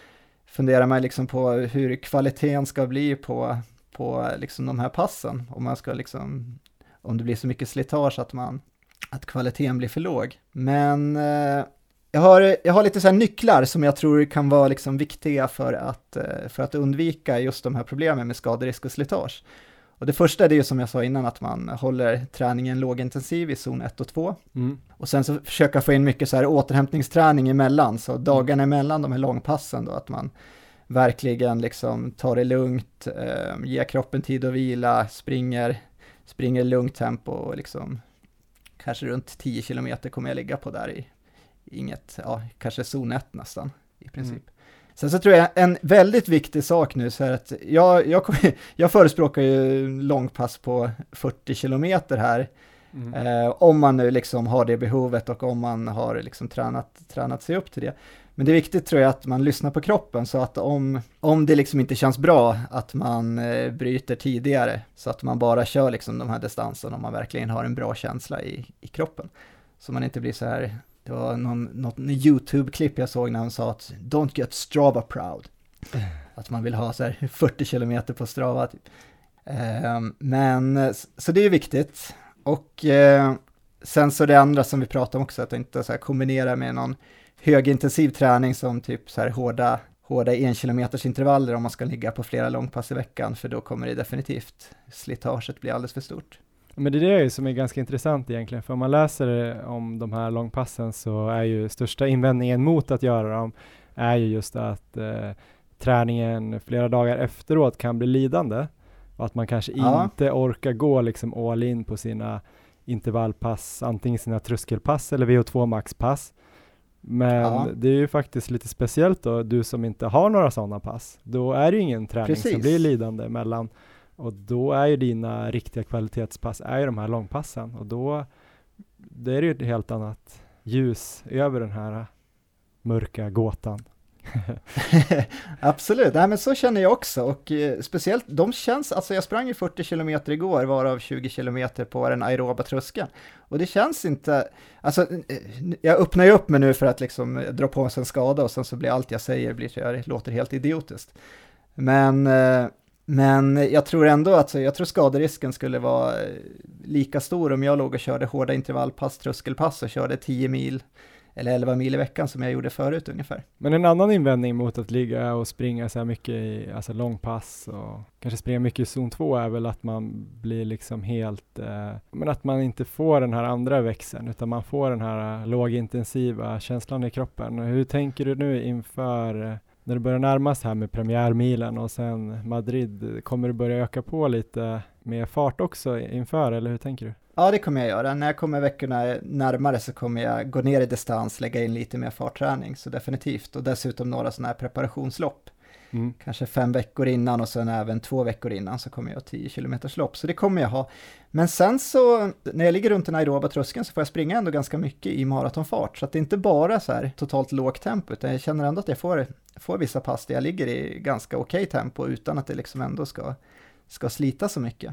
funderar man liksom på hur kvaliteten ska bli på liksom de här passen. Om man ska liksom, om det blir så mycket slitage att kvaliteten blir för låg. Men jag har lite så här nycklar som jag tror kan vara liksom viktiga för att undvika just de här problemen med skaderisk och slitage. Och det första är ju som jag sa innan, att man håller träningen lågintensiv i zon 1 och 2. Och sen så försöka få in mycket så här återhämtningsträning emellan, så dagarna emellan de här långpassen då, att man verkligen liksom tar det lugnt, ger kroppen tid att vila, springer i lugnt tempo och liksom kanske runt 10 kilometer kommer jag ligga på där i inget, kanske zon 1 nästan i princip. Sen så tror jag en väldigt viktig sak nu så är att jag förespråkar ju långpass på 40 kilometer här. Om man nu liksom har det behovet och om man har liksom tränat sig upp till det. Men det är viktigt tror jag att man lyssnar på kroppen, så att om det liksom inte känns bra att man bryter tidigare, så att man bara kör liksom de här distanserna om man verkligen har en bra känsla i kroppen. Så man inte blir så här. Det var något YouTube-klipp jag såg när han sa att don't get Strava proud. Att man vill ha så här 40 kilometer på Strava typ. Men så det är viktigt. Och sen så det andra som vi pratade om också, att inte så här kombinera med någon högintensiv träning som typ så här hårda 1 kilometers intervaller om man ska ligga på flera långpass i veckan, för då kommer det definitivt slitaget bli alldeles för stort. Men det är det som är ganska intressant egentligen, för om man läser om de här långpassen så är ju största invändningen mot att göra dem är ju just att träningen flera dagar efteråt kan bli lidande och att man kanske inte orkar gå liksom all in på sina intervallpass, antingen sina tröskelpass eller VO2 maxpass. Men det är ju faktiskt lite speciellt då, du som inte har några sådana pass. Då är det ju ingen träning som blir lidande emellan. Och då är ju dina riktiga kvalitetspass är ju de här långpassen. Och då det är det ju ett helt annat ljus över den här mörka gåtan. Absolut, nej men så känner jag också. Och speciellt, de känns, alltså jag sprang ju 40 kilometer igår, varav 20 kilometer på den aeroba tröskeln. Och det känns inte, alltså jag öppnar ju upp mig nu för att liksom dra på sig en skada och sen så blir allt jag säger låter helt idiotiskt. Men jag tror ändå att jag tror skaderisken skulle vara lika stor om jag låg och körde hårda intervallpass, tröskelpass och körde 10 mil eller 11 mil i veckan som jag gjorde förut ungefär. Men en annan invändning mot att ligga och springa så här mycket i alltså långpass och kanske springa mycket i zon 2 är väl att man blir liksom helt, men att man inte får den här andra växeln utan man får den här lågintensiva känslan i kroppen. Hur tänker du nu inför när det börjar närmas här med premiärmilen och sen Madrid, kommer du börja öka på lite med fart också inför, eller hur tänker du? Ja, det kommer jag göra. När jag kommer veckorna närmare så kommer jag gå ner i distans, lägga in lite mer fartträning, så definitivt. Och dessutom några sådana här preparationslopp. Kanske 5 veckor innan och sen även 2 veckor innan så kommer jag ha 10 kilometers lopp. Så det kommer jag ha. Men sen så, när jag ligger runt den aeroba tröskeln så får jag springa ändå ganska mycket i maratonfart. Så att det är inte bara så här totalt lågt tempo, utan jag känner ändå att jag får vissa pass där jag ligger i ganska okej tempo utan att det liksom ändå ska slita så mycket.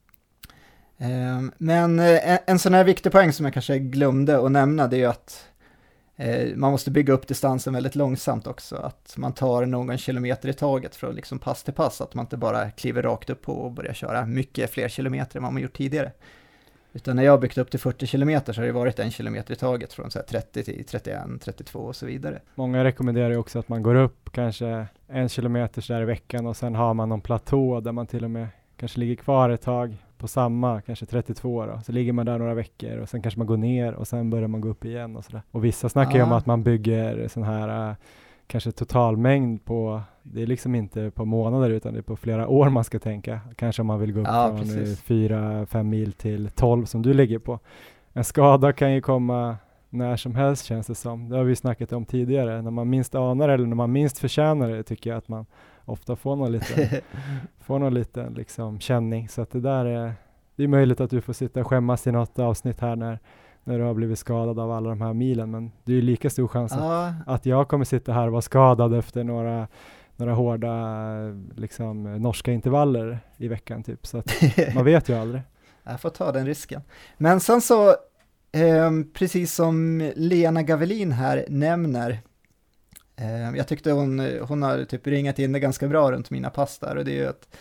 Men en sån här viktig poäng som jag kanske glömde att nämna, det är ju att man måste bygga upp distansen väldigt långsamt också, att man tar någon kilometer i taget från liksom pass till pass, att man inte bara kliver rakt upp på och börjar köra mycket fler kilometer än vad man gjort tidigare. Utan när jag har byggt upp till 40 kilometer så har det varit 1 kilometer i taget från så här 30 till 31, 32 och så vidare. Många rekommenderar ju också att man går upp kanske 1 kilometer där i veckan och sen har man någon platå där man till och med kanske ligger kvar ett tag på samma, kanske 32 då. Så ligger man där några veckor och sen kanske man går ner och sen börjar man gå upp igen och sådär. Och vissa snackar ju om att man bygger sån här kanske totalmängd på, det är liksom inte på månader utan det är på flera år man ska tänka. Kanske om man vill gå upp från 4-5 mil till 12 som du ligger på. En skada kan ju komma när som helst känns det som. Det har vi snackat om tidigare. När man minst anar eller när man minst förtjänar det tycker jag att man ofta får någon liten liksom känning. Så att det är möjligt att du får sitta och skämmas i något avsnitt här när du har blivit skadad av alla de här milen. Men det är ju lika stor chans att jag kommer sitta här och vara skadad efter några hårda liksom, norska intervaller i veckan typ. Så att man vet ju aldrig. Jag får ta den risken. Men sen så, precis som Lena Gavelin här nämner, Jag tyckte hon har typ ringat in det ganska bra runt mina pass där, och det är ju att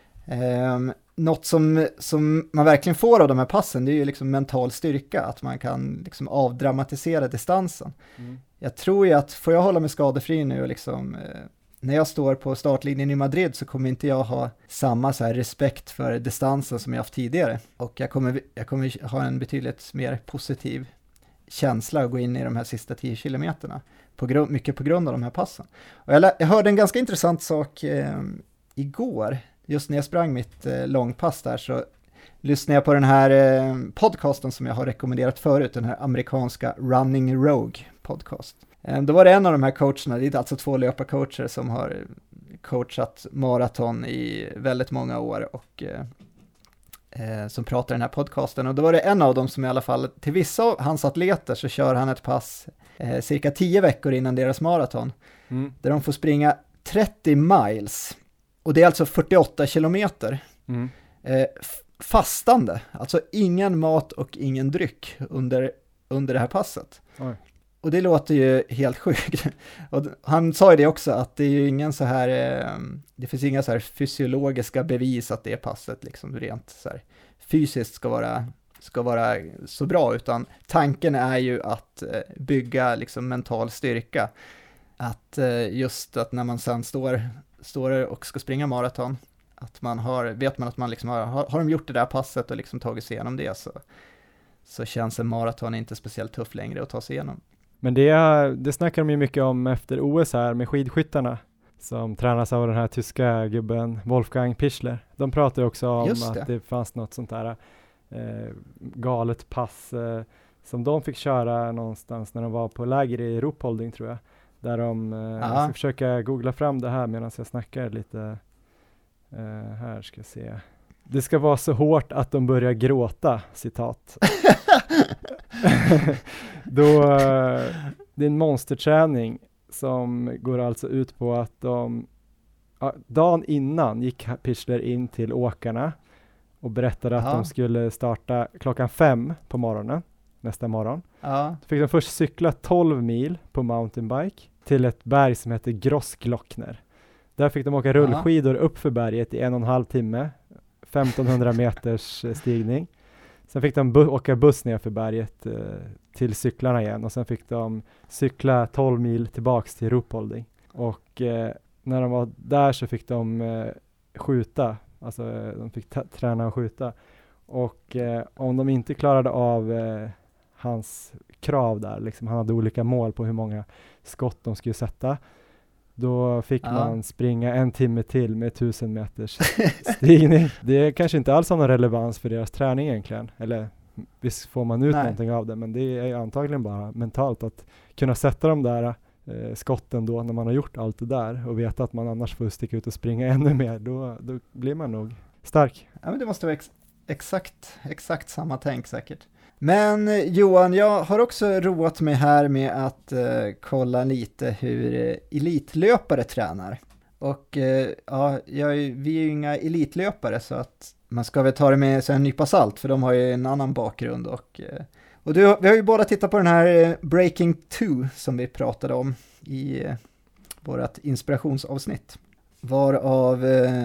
något som man verkligen får av de här passen, det är ju liksom mental styrka, att man kan liksom avdramatisera distansen. Jag tror ju att får jag hålla mig skadefri nu och liksom när jag står på startlinjen i Madrid så kommer inte jag ha samma så här respekt för distansen som jag haft tidigare, och jag kommer ha en betydligt mer positiv känsla att gå in i de här sista 10 kilometerna, mycket på grund av de här passen. Och jag hörde en ganska intressant sak igår, just när jag sprang mitt långpass där, så lyssnade jag på den här podcasten som jag har rekommenderat förut, den här amerikanska Running Rogue podcast. Då var det en av de här coacherna, det är alltså 2 löparcoacher som har coachat maraton i väldigt många år och som pratar i den här podcasten, och då var det en av dem som i alla fall, till vissa av hans atleter så kör han ett pass cirka 10 veckor innan deras maraton, där de får springa 30 miles, och det är alltså 48 kilometer fastande, alltså ingen mat och ingen dryck under det här passet. Oj. Och det låter ju helt sjukt. Och han sa ju det också, att det är ju ingen så här, det finns inga så här fysiologiska bevis att det passet liksom rent så här fysiskt ska vara så bra, utan tanken är ju att bygga liksom mental styrka. Att just att när man sen står och ska springa maraton, att vet man att man liksom har de gjort det där passet och liksom tagit sig igenom det, så känns en maraton inte speciellt tuff längre att ta sig igenom. Men det snackar de ju mycket om efter OS här med skidskyttarna som tränas av den här tyska gubben Wolfgang Pichler. De pratar ju också om att det fanns något sånt där galet pass som de fick köra någonstans när de var på läger i Ruhpolding, tror jag. Där jag ska försöka googla fram det här medan jag snackar lite. Här ska jag se. Det ska vara så hårt att de börjar gråta, citat. Det är en monsterträning som går alltså ut på att dagen innan gick Pichler in till åkarna och berättade att de skulle starta 5:00 på morgonen nästa morgon. Då fick de först cykla 12 mil på mountainbike till ett berg som heter Grossglockner. Där fick de åka rullskidor upp för berget i 1,5 timme, 1500 meters stigning. Sen fick de åka buss ner för berget till cyklarna igen, och sen fick de cykla 12 mil tillbaks till Ruhpolding. Och när de var där så fick de skjuta, alltså de fick träna och skjuta. Och om de inte klarade av hans krav där, liksom, han hade olika mål på hur många skott de skulle sätta, då fick man springa 1 timme till med 1000 meters stigning. Det kanske inte alls har någon relevans för deras träning egentligen. Eller visst får man ut någonting av det, men det är antagligen bara mentalt att kunna sätta de där skotten då när man har gjort allt det där och veta att man annars får sticka ut och springa ännu mer. Då blir man nog stark. Ja, men det måste vara exakt samma tänk säkert. Men Johan, jag har också roat mig här med att kolla lite hur elitlöpare tränar. Och vi är ju inga elitlöpare, så att man ska väl ta det med en nypa salt, för de har ju en annan bakgrund. Och vi har ju båda tittat på den här Breaking 2 som vi pratade om i vårt inspirationsavsnitt. Varav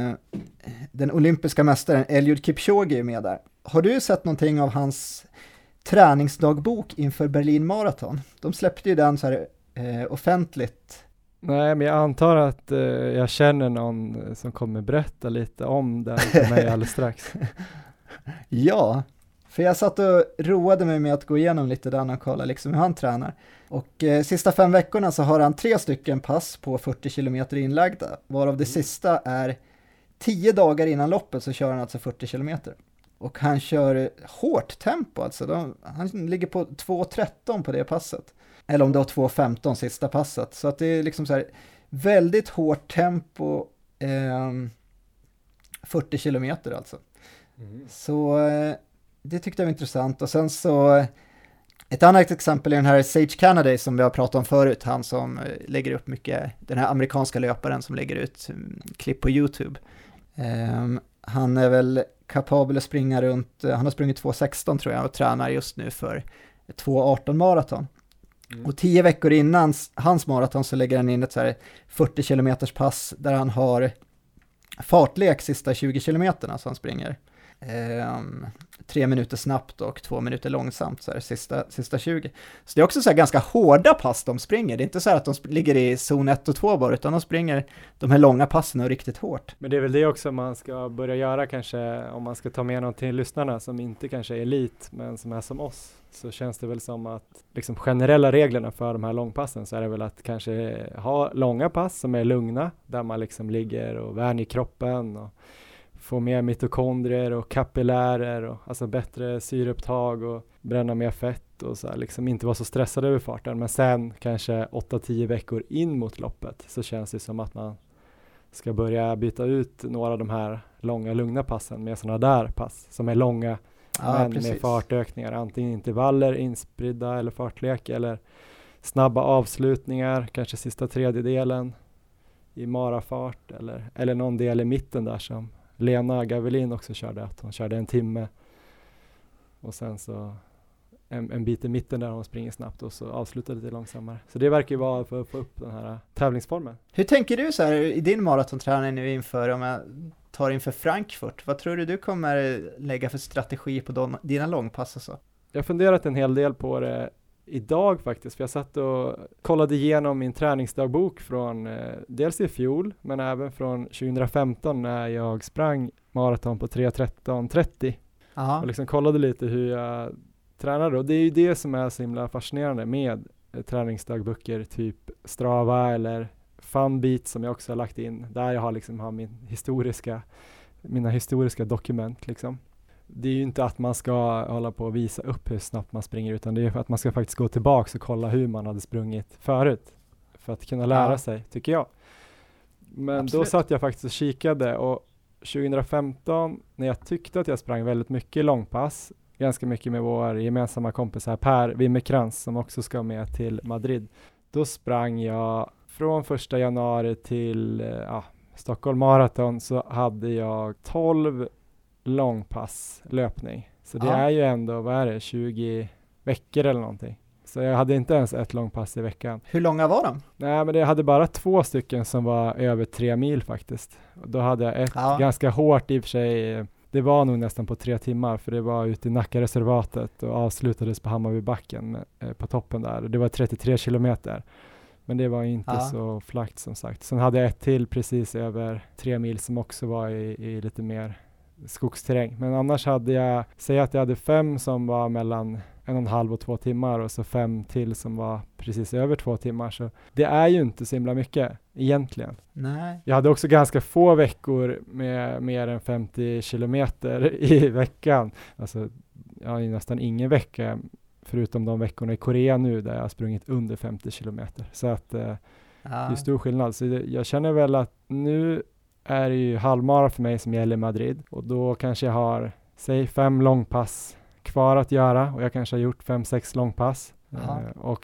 den olympiska mästaren Eliud Kipchoge är med där. Har du sett någonting av hans träningsdagbok inför Berlin Marathon? De släppte ju den så här offentligt. Nej, men jag antar att jag känner någon som kommer berätta lite om den för mig alldeles strax. Ja, för jag satt och roade mig med att gå igenom lite där och kolla liksom hur han tränar. Och sista 5 veckorna så har han 3 stycken pass på 40 kilometer inlagda, varav det sista är 10 dagar innan loppet så kör han alltså 40 kilometer. Och han kör hårt tempo, alltså han ligger på 2.13 på det passet. Eller om det var 2.15 sista passet. Så att det är liksom så här väldigt hårt tempo, 40 kilometer alltså. Så det tyckte jag var intressant. Och sen så ett annat exempel är den här Sage Canaday som vi har pratat om förut. Han som lägger upp mycket, den här amerikanska löparen som lägger ut klipp på YouTube. Han är väl kapabel att springa runt, han har sprungit 2.16 tror jag och tränar just nu för 2.18 maraton. Och 10 veckor innan hans maraton så lägger han in ett så här 40 kilometers pass där han har fartlek sista 20 kilometerna, så han springer 3 minuter snabbt och 2 minuter långsamt så här, sista 20. Så det är också så här ganska hårda pass de springer. Det är inte så här att de ligger i zon 1 och 2 bara, utan de springer de här långa passen och riktigt hårt. Men det är väl det också man ska börja göra kanske, om man ska ta med någon till lyssnarna som inte kanske är elit men som är som oss. Så känns det väl som att liksom generella reglerna för de här långpassen så är det väl att kanske ha långa pass som är lugna, där man liksom ligger och värner kroppen och få mer mitokondrier och kapillärer och alltså bättre syreupptag och bränna mer fett och så här, liksom inte vara så stressad över farten. Men sen kanske 8-10 veckor in mot loppet så känns det som att man ska börja byta ut några av de här långa lugna passen med sådana där pass som är långa men precis. med fartökningar, antingen intervaller, inspridda eller fartlek eller snabba avslutningar, kanske sista tredjedelen i marafart eller någon del i mitten där som Lena Gavelin också körde, att hon körde 1 timme och sen så en bit i mitten där hon springer snabbt och så avslutar lite långsammare. Så det verkar ju vara för att få upp den här tävlingsformen. Hur tänker du så här i din maratonträning nu inför, om jag tar inför Frankfurt, vad tror du kommer lägga för strategi på dina långpass och så? Jag har funderat en hel del på det idag faktiskt, för jag satt och kollade igenom min träningsdagbok från dels i fjol men även från 2015 när jag sprang maraton på 3:13:30 och liksom kollade lite hur jag tränade, och det är ju det som är så himla fascinerande med träningsdagböcker typ Strava eller Funbeat som jag också har lagt in, där jag har liksom mina historiska dokument liksom. Det är ju inte att man ska hålla på och visa upp hur snabbt man springer, utan det är för att man ska faktiskt gå tillbaka och kolla hur man hade sprungit förut för att kunna lära sig, tycker jag. Men Absolut. Då satt jag faktiskt och kikade, och 2015 när jag tyckte att jag sprang väldigt mycket långpass, ganska mycket med vår gemensamma kompis här Per Wimmerkrans som också ska med till Madrid, då sprang jag från 1 januari till Stockholm Marathon, så hade jag 12 långpass löpning. Så det är ju ändå, 20 veckor eller någonting. Så jag hade inte ens ett långpass i veckan. Hur långa var de? Nej, men jag hade bara 2 stycken som var över 3 mil faktiskt. Och då hade jag ett ganska hårt i och för sig. Det var nog nästan på 3 timmar, för det var ute i Nackareservatet och avslutades på Hammarbybacken på toppen där. Det var 33 kilometer. Men det var inte så flackt som sagt. Sen hade jag ett till precis över 3 mil som också var i lite mer skogsterräng. Men annars hade jag, säg att jag hade 5 som var mellan 1,5 och 2 timmar och så 5 till som var precis över 2 timmar. Så det är ju inte så himla mycket egentligen. Nej. Jag hade också ganska få veckor med mer än 50 kilometer i veckan. Alltså jag har ju nästan ingen vecka förutom de veckorna i Korea nu där jag har sprungit under 50 kilometer. Så att det är stor skillnad. Så jag känner väl att nu är det ju halvmara för mig som gäller i Madrid, och då kanske jag har, säg 5 långpass kvar att göra, och jag kanske har gjort 5-6 långpass. Och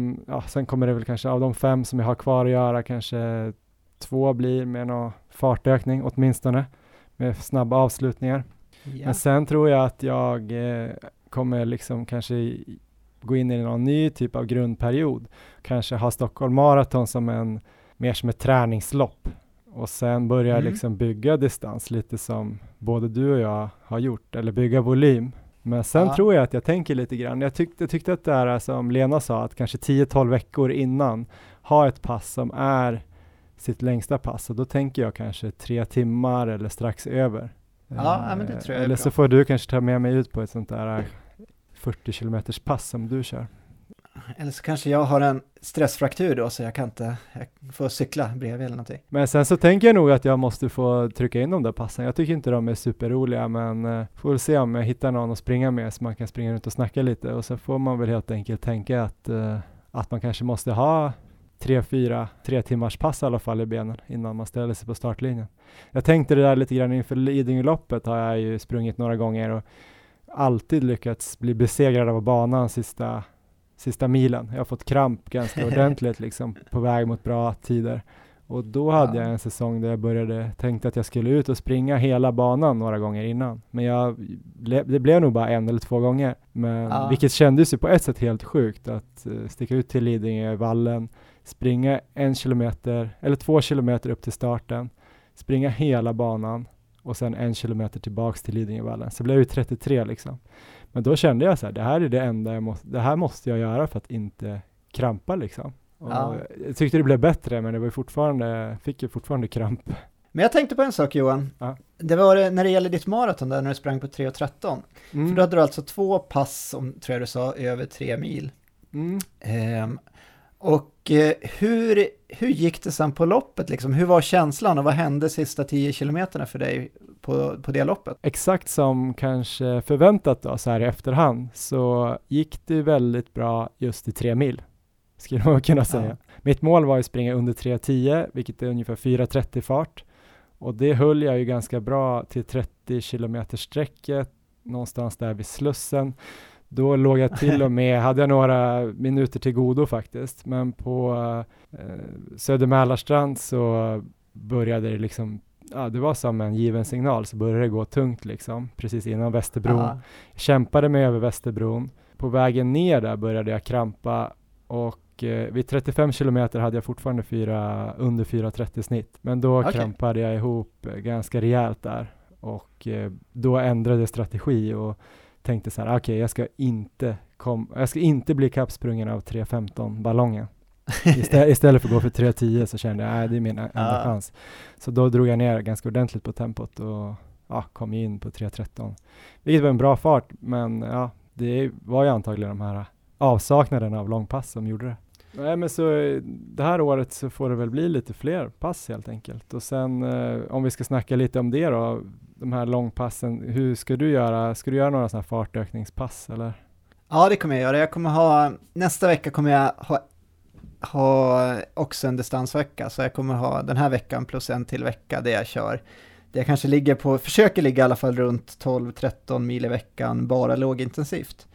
sen kommer det väl kanske av de 5 som jag har kvar att göra, kanske 2 blir med någon fartökning åtminstone, med snabba avslutningar. Men sen tror jag att jag kommer liksom kanske gå in i någon ny typ av grundperiod. Kanske ha Stockholm Marathon som mer som ett träningslopp. Och sen börja liksom bygga distans lite som både du och jag har gjort, eller bygga volym. Men sen tror jag att jag tänker lite grann. Jag tyckte att det är som Lena sa, att kanske 10-12 veckor innan ha ett pass som är sitt längsta pass. Och då tänker jag kanske 3 timmar eller strax över. Men det tror jag eller så får du kanske ta med mig ut på ett sånt där 40 kilometers pass som du kör. Eller så kanske jag har en stressfraktur då, så jag får cykla bredvid eller någonting. Men sen så tänker jag nog att jag måste få trycka in de där passen. Jag tycker inte de är superroliga, men får väl se om jag hittar någon att springa med så man kan springa runt och snacka lite. Och så får man väl helt enkelt tänka att man kanske måste ha 3 timmars pass i alla fall i benen innan man ställer sig på startlinjen. Jag tänkte det där lite grann inför Lidingöloppet, har jag ju sprungit några gånger och alltid lyckats bli besegrad av banan sista milen. Jag har fått kramp ganska ordentligt liksom, på väg mot bra tider. Och då hade jag en säsong där jag tänkte att jag skulle ut och springa hela banan några gånger innan. Men det blev nog bara 1 eller 2 gånger. Men vilket kändes ju på ett sätt helt sjukt att sticka ut till Lidingövallen, springa 1 kilometer eller 2 kilometer upp till starten, springa hela banan och sen 1 kilometer tillbaks till Lidingövallen. Så det blev ju 33 liksom. Men då kände jag så här, det här är det enda det här måste jag göra för att inte krampa liksom. Jag tyckte det blev bättre, men det var fick ju fortfarande kramp. Men jag tänkte på en sak, Johan. Det var när det gäller ditt maraton där när du sprang på 3.13. För då hade du alltså 2 pass, som tror jag du sa, över 3 mil. Hur gick det sen på loppet liksom? Hur var känslan och vad hände sista 10 kilometerna för dig på det loppet? Exakt som kanske förväntat då, så här i efterhand, så gick det väldigt bra just i 3 mil. Skulle man kunna säga. Mitt mål var att springa under 3.10, vilket är ungefär 4.30 fart. Och det höll jag ju ganska bra till 30 kilometer sträcket, någonstans där vid Slussen. Då låg jag till och med, hade jag några minuter till godo faktiskt. Men på Södermälarstrand så började det liksom, det var som en given signal, så började det gå tungt liksom, precis innan Västerbron. Jag kämpade mig över Västerbron. På vägen ner där började jag krampa och vid 35 kilometer hade jag fortfarande under 4.30 snitt. Men då krampade jag ihop ganska rejält där. Och då ändrade jag strategi och tänkte så här, jag ska inte bli kappsprungen av 3.15 ballongen. Istället för att gå för 3.10 så kände jag, det är min enda chans. Så då drog jag ner ganska ordentligt på tempot och kom in på 3.13. Vilket var en bra fart, men det var ju antagligen de här avsaknaden av långpass som gjorde det. Nej, men så det här året så får det väl bli lite fler pass helt enkelt. Och sen om vi ska snacka lite om det då, de här långpassen, hur ska du göra? Ska du göra några sådana här fartökningspass eller? Ja, det kommer jag göra. Nästa vecka kommer jag ha också en distansvecka. Så jag kommer ha den här veckan plus en till vecka där jag kör. Det jag kanske försöker ligga i alla fall runt 12-13 mil i veckan, bara lågintensivt.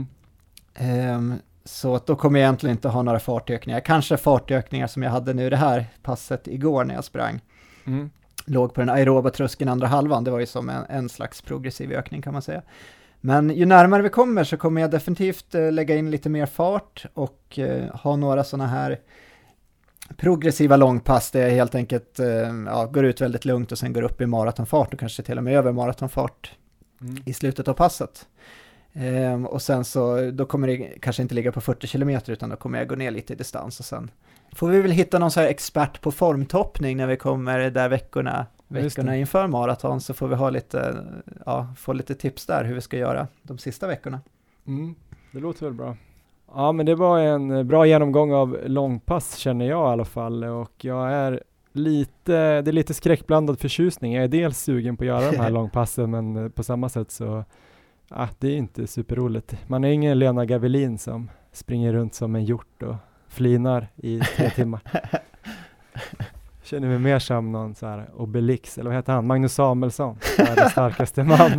Så att då kommer jag egentligen inte ha några fartökningar. Kanske fartökningar som jag hade nu det här passet igår när jag sprang. Låg på den aeroba tröskeln andra halvan. Det var ju som en slags progressiv ökning kan man säga. Men ju närmare vi kommer så kommer jag definitivt lägga in lite mer fart och ha några sådana här progressiva långpass där jag helt enkelt går ut väldigt lugnt och sen går upp i maratonfart och kanske till och med över maratonfart i slutet av passet. Och sen så då kommer det kanske inte ligga på 40 kilometer utan då kommer jag gå ner lite i distans och sen får vi väl hitta någon så här expert på formtoppning när vi kommer där veckorna inför maraton, så får vi få lite tips där hur vi ska göra de sista veckorna. Det låter väl bra. Ja, men det var en bra genomgång av långpass känner jag i alla fall, och jag är det är lite skräckblandad förtjusning. Jag är dels sugen på att göra de här långpassen, men på samma sätt så det är inte superroligt. Man är ingen Lena Gavelin som springer runt som en hjort och flinar i 3 timmar. Känner mig mer som någon så här Obelix, eller vad heter han? Magnus Samuelsson, den starkaste man.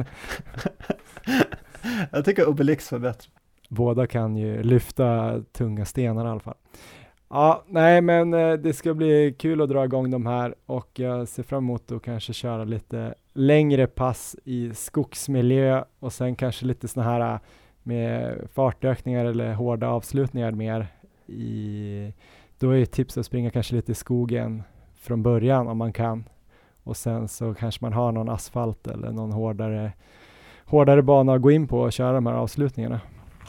Jag tycker Obelix var bättre. Båda kan ju lyfta tunga stenar i alla fall. Ja, nej, men det ska bli kul att dra igång de här, och jag ser fram emot att kanske köra lite längre pass i skogsmiljö och sen kanske lite såna här med fartökningar eller hårda avslutningar mer då är ett tips att springa kanske lite i skogen från början om man kan, och sen så kanske man har någon asfalt eller någon hårdare bana att gå in på och köra de här avslutningarna.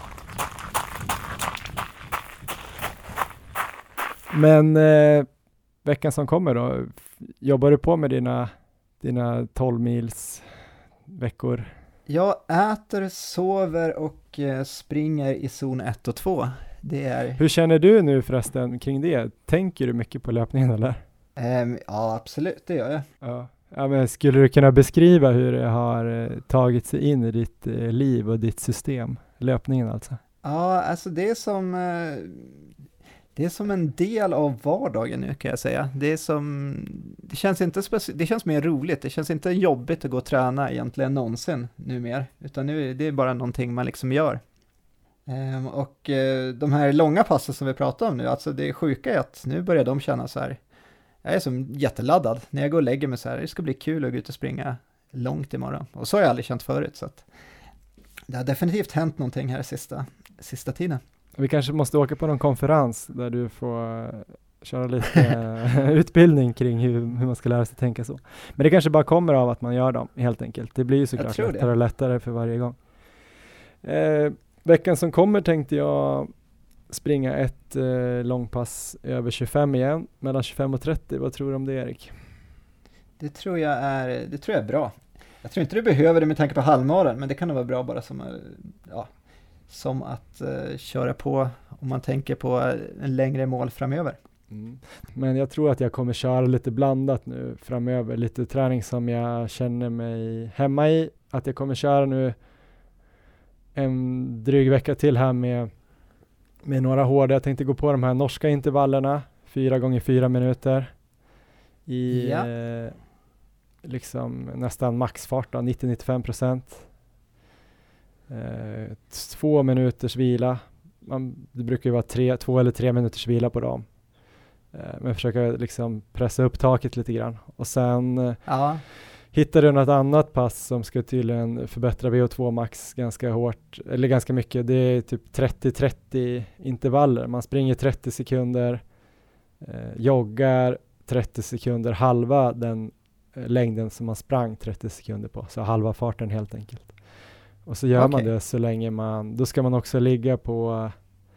Men veckan som kommer då, jobbar du på med dina 12 mils veckor? Jag äter, sover och springer i zon 1 och 2. Hur känner du nu förresten kring det? Tänker du mycket på löpningen eller? Ja, absolut, det gör jag. Ja, men skulle du kunna beskriva hur det har tagit sig in i ditt liv och ditt system? Löpningen alltså. Ja, alltså det är som en del av vardagen nu kan jag säga. Det känns mer roligt. Det känns inte jobbigt att gå och träna egentligen någonsin nu mer. Utan nu är det bara någonting man liksom gör. Och de här långa passen som vi pratar om nu, alltså det sjuka är att nu börjar de kännas så här. jag är som jätteladdad när jag går och lägger mig så här. Det ska bli kul att gå ut och springa långt imorgon. Och så har jag aldrig känt förut, så att det har definitivt hänt någonting här sista tiden. Vi kanske måste åka på någon konferens där du får köra lite utbildning kring hur man ska lära sig tänka så. Men det kanske bara kommer av att man gör dem, helt enkelt. Det blir ju såklart lättare och lättare för varje gång. Veckan som kommer tänkte jag springa ett långpass över 25 igen, mellan 25 och 30. Vad tror du om det, Erik? Det tror jag är bra. Jag tror inte du behöver det med tanke på halvmaran, men det kan nog vara bra bara som att köra på om man tänker på en längre mål framöver. Men jag tror att jag kommer köra lite blandat nu framöver. Lite träning som jag känner mig hemma i. Att jag kommer köra nu en dryg vecka till här med några hårda. Jag tänkte gå på de här norska intervallerna 4x4 minuter i liksom nästan maxfart då, 90-95%. 2 minuters vila. Det brukar ju vara 2 eller 3 minuters vila på dem. Men försöka liksom pressa upp taket lite grann. Och sen hittade jag något annat pass som ska tydligen förbättra VO2 max ganska hårt, eller ganska mycket. Det är typ 30-30 intervaller. Man springer 30 sekunder, joggar 30 sekunder, halva den längden som man sprang 30 sekunder på. Så halva farten helt enkelt. Och så gör man det så länge då ska man också ligga på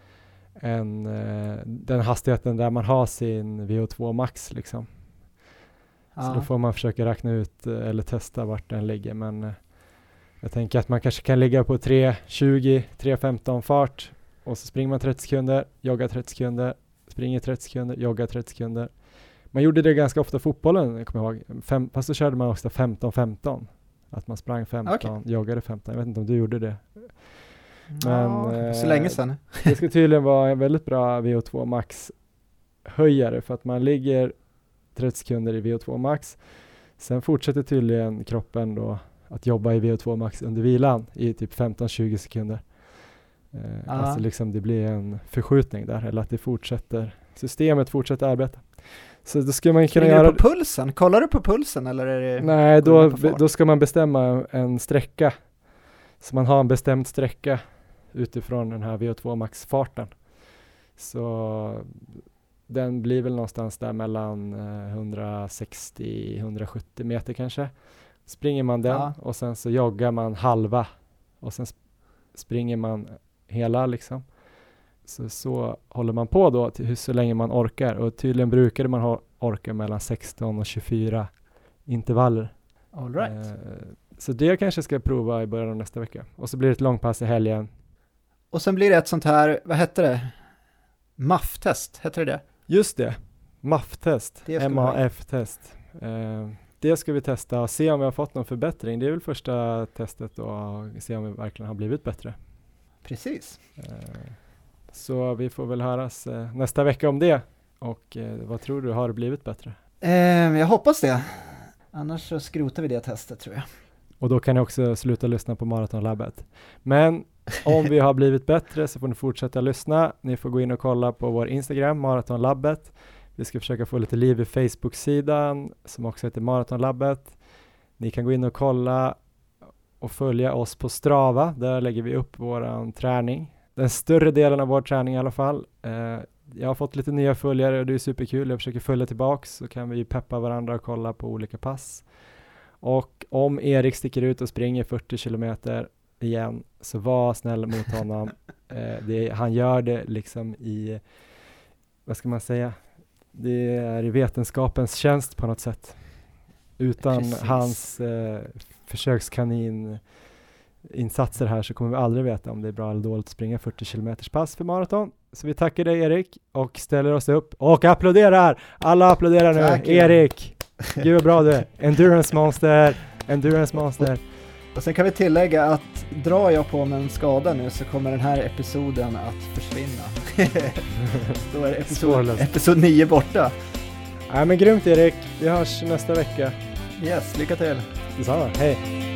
den hastigheten där man har sin VO2 max liksom. Så då får man försöka räkna ut eller testa vart den ligger, men jag tänker att man kanske kan ligga på 3.20, 3.15 fart och så springer man 30 sekunder, joggar 30 sekunder, springer 30 sekunder, joggar 30 sekunder. Man gjorde det ganska ofta i fotbollen, jag kommer ihåg. Fast så körde man också 15-15. Att man sprang 15, joggade 15. Jag vet inte om du gjorde det. Men så länge sedan. Det ska tydligen vara en väldigt bra VO2 max höjare för att man ligger 30 sekunder i VO2 max. Sen fortsätter tydligen kroppen då att jobba i VO2 max under vilan i typ 15-20 sekunder. Alltså liksom det blir en förskjutning där, eller att systemet fortsätter arbeta. Så då ska man kunna göra... på pulsen? Kollar du på pulsen eller är det... Nej, då ska man bestämma en sträcka. Så man har en bestämd sträcka utifrån den här VO2 max-farten. Så den blir väl någonstans där mellan 160-170 meter kanske. Springer man den och sen så joggar man halva och sen springer man hela liksom. Så håller man på då så länge man orkar. Och tydligen brukade man orka mellan 16 och 24 intervaller. All right. Så det kanske ska prova i början av nästa vecka. Och så blir det ett långpass i helgen. Och sen blir det ett sånt här, vad heter det? MAF-test, heter det? Just det, MAF-test. MAF-test. Det ska vi testa och se om vi har fått någon förbättring. Det är väl första testet och se om vi verkligen har blivit bättre. Precis. Så vi får väl höras nästa vecka om det. Och vad tror du, har det blivit bättre? Jag hoppas det. Annars så skrotar vi det testet tror jag. Och då kan ni också sluta lyssna på Maratonlabbet. Men om vi har blivit bättre så får ni fortsätta lyssna. Ni får gå in och kolla på vår Instagram, Maratonlabbet. Vi ska försöka få lite liv i Facebook-sidan som också heter Maratonlabbet. Ni kan gå in och kolla och följa oss på Strava. Där lägger vi upp våran träning. Den större delen av vår träning i alla fall. Jag har fått lite nya följare och det är superkul. Jag försöker följa tillbaks så kan vi peppa varandra och kolla på olika pass. Och om Erik sticker ut och springer 40 kilometer igen så var snäll mot honom. Han gör det liksom i, vad ska man säga? Det är i vetenskapens tjänst på något sätt. Utan hans försökskanin insatser här så kommer vi aldrig veta om det är bra eller dåligt att springa 40 kilometers pass för maraton. Så vi tackar dig Erik och ställer oss upp och applåderar. Alla applåderar nu. Tack, Erik. Gud vad bra du är. Endurance monster. Och sen kan vi tillägga att drar jag på med en skada nu så kommer den här episoden att försvinna. Då är episod 9 borta. Nej men grymt Erik. Vi hörs nästa vecka. Yes, lycka till. Detsamma. Hej.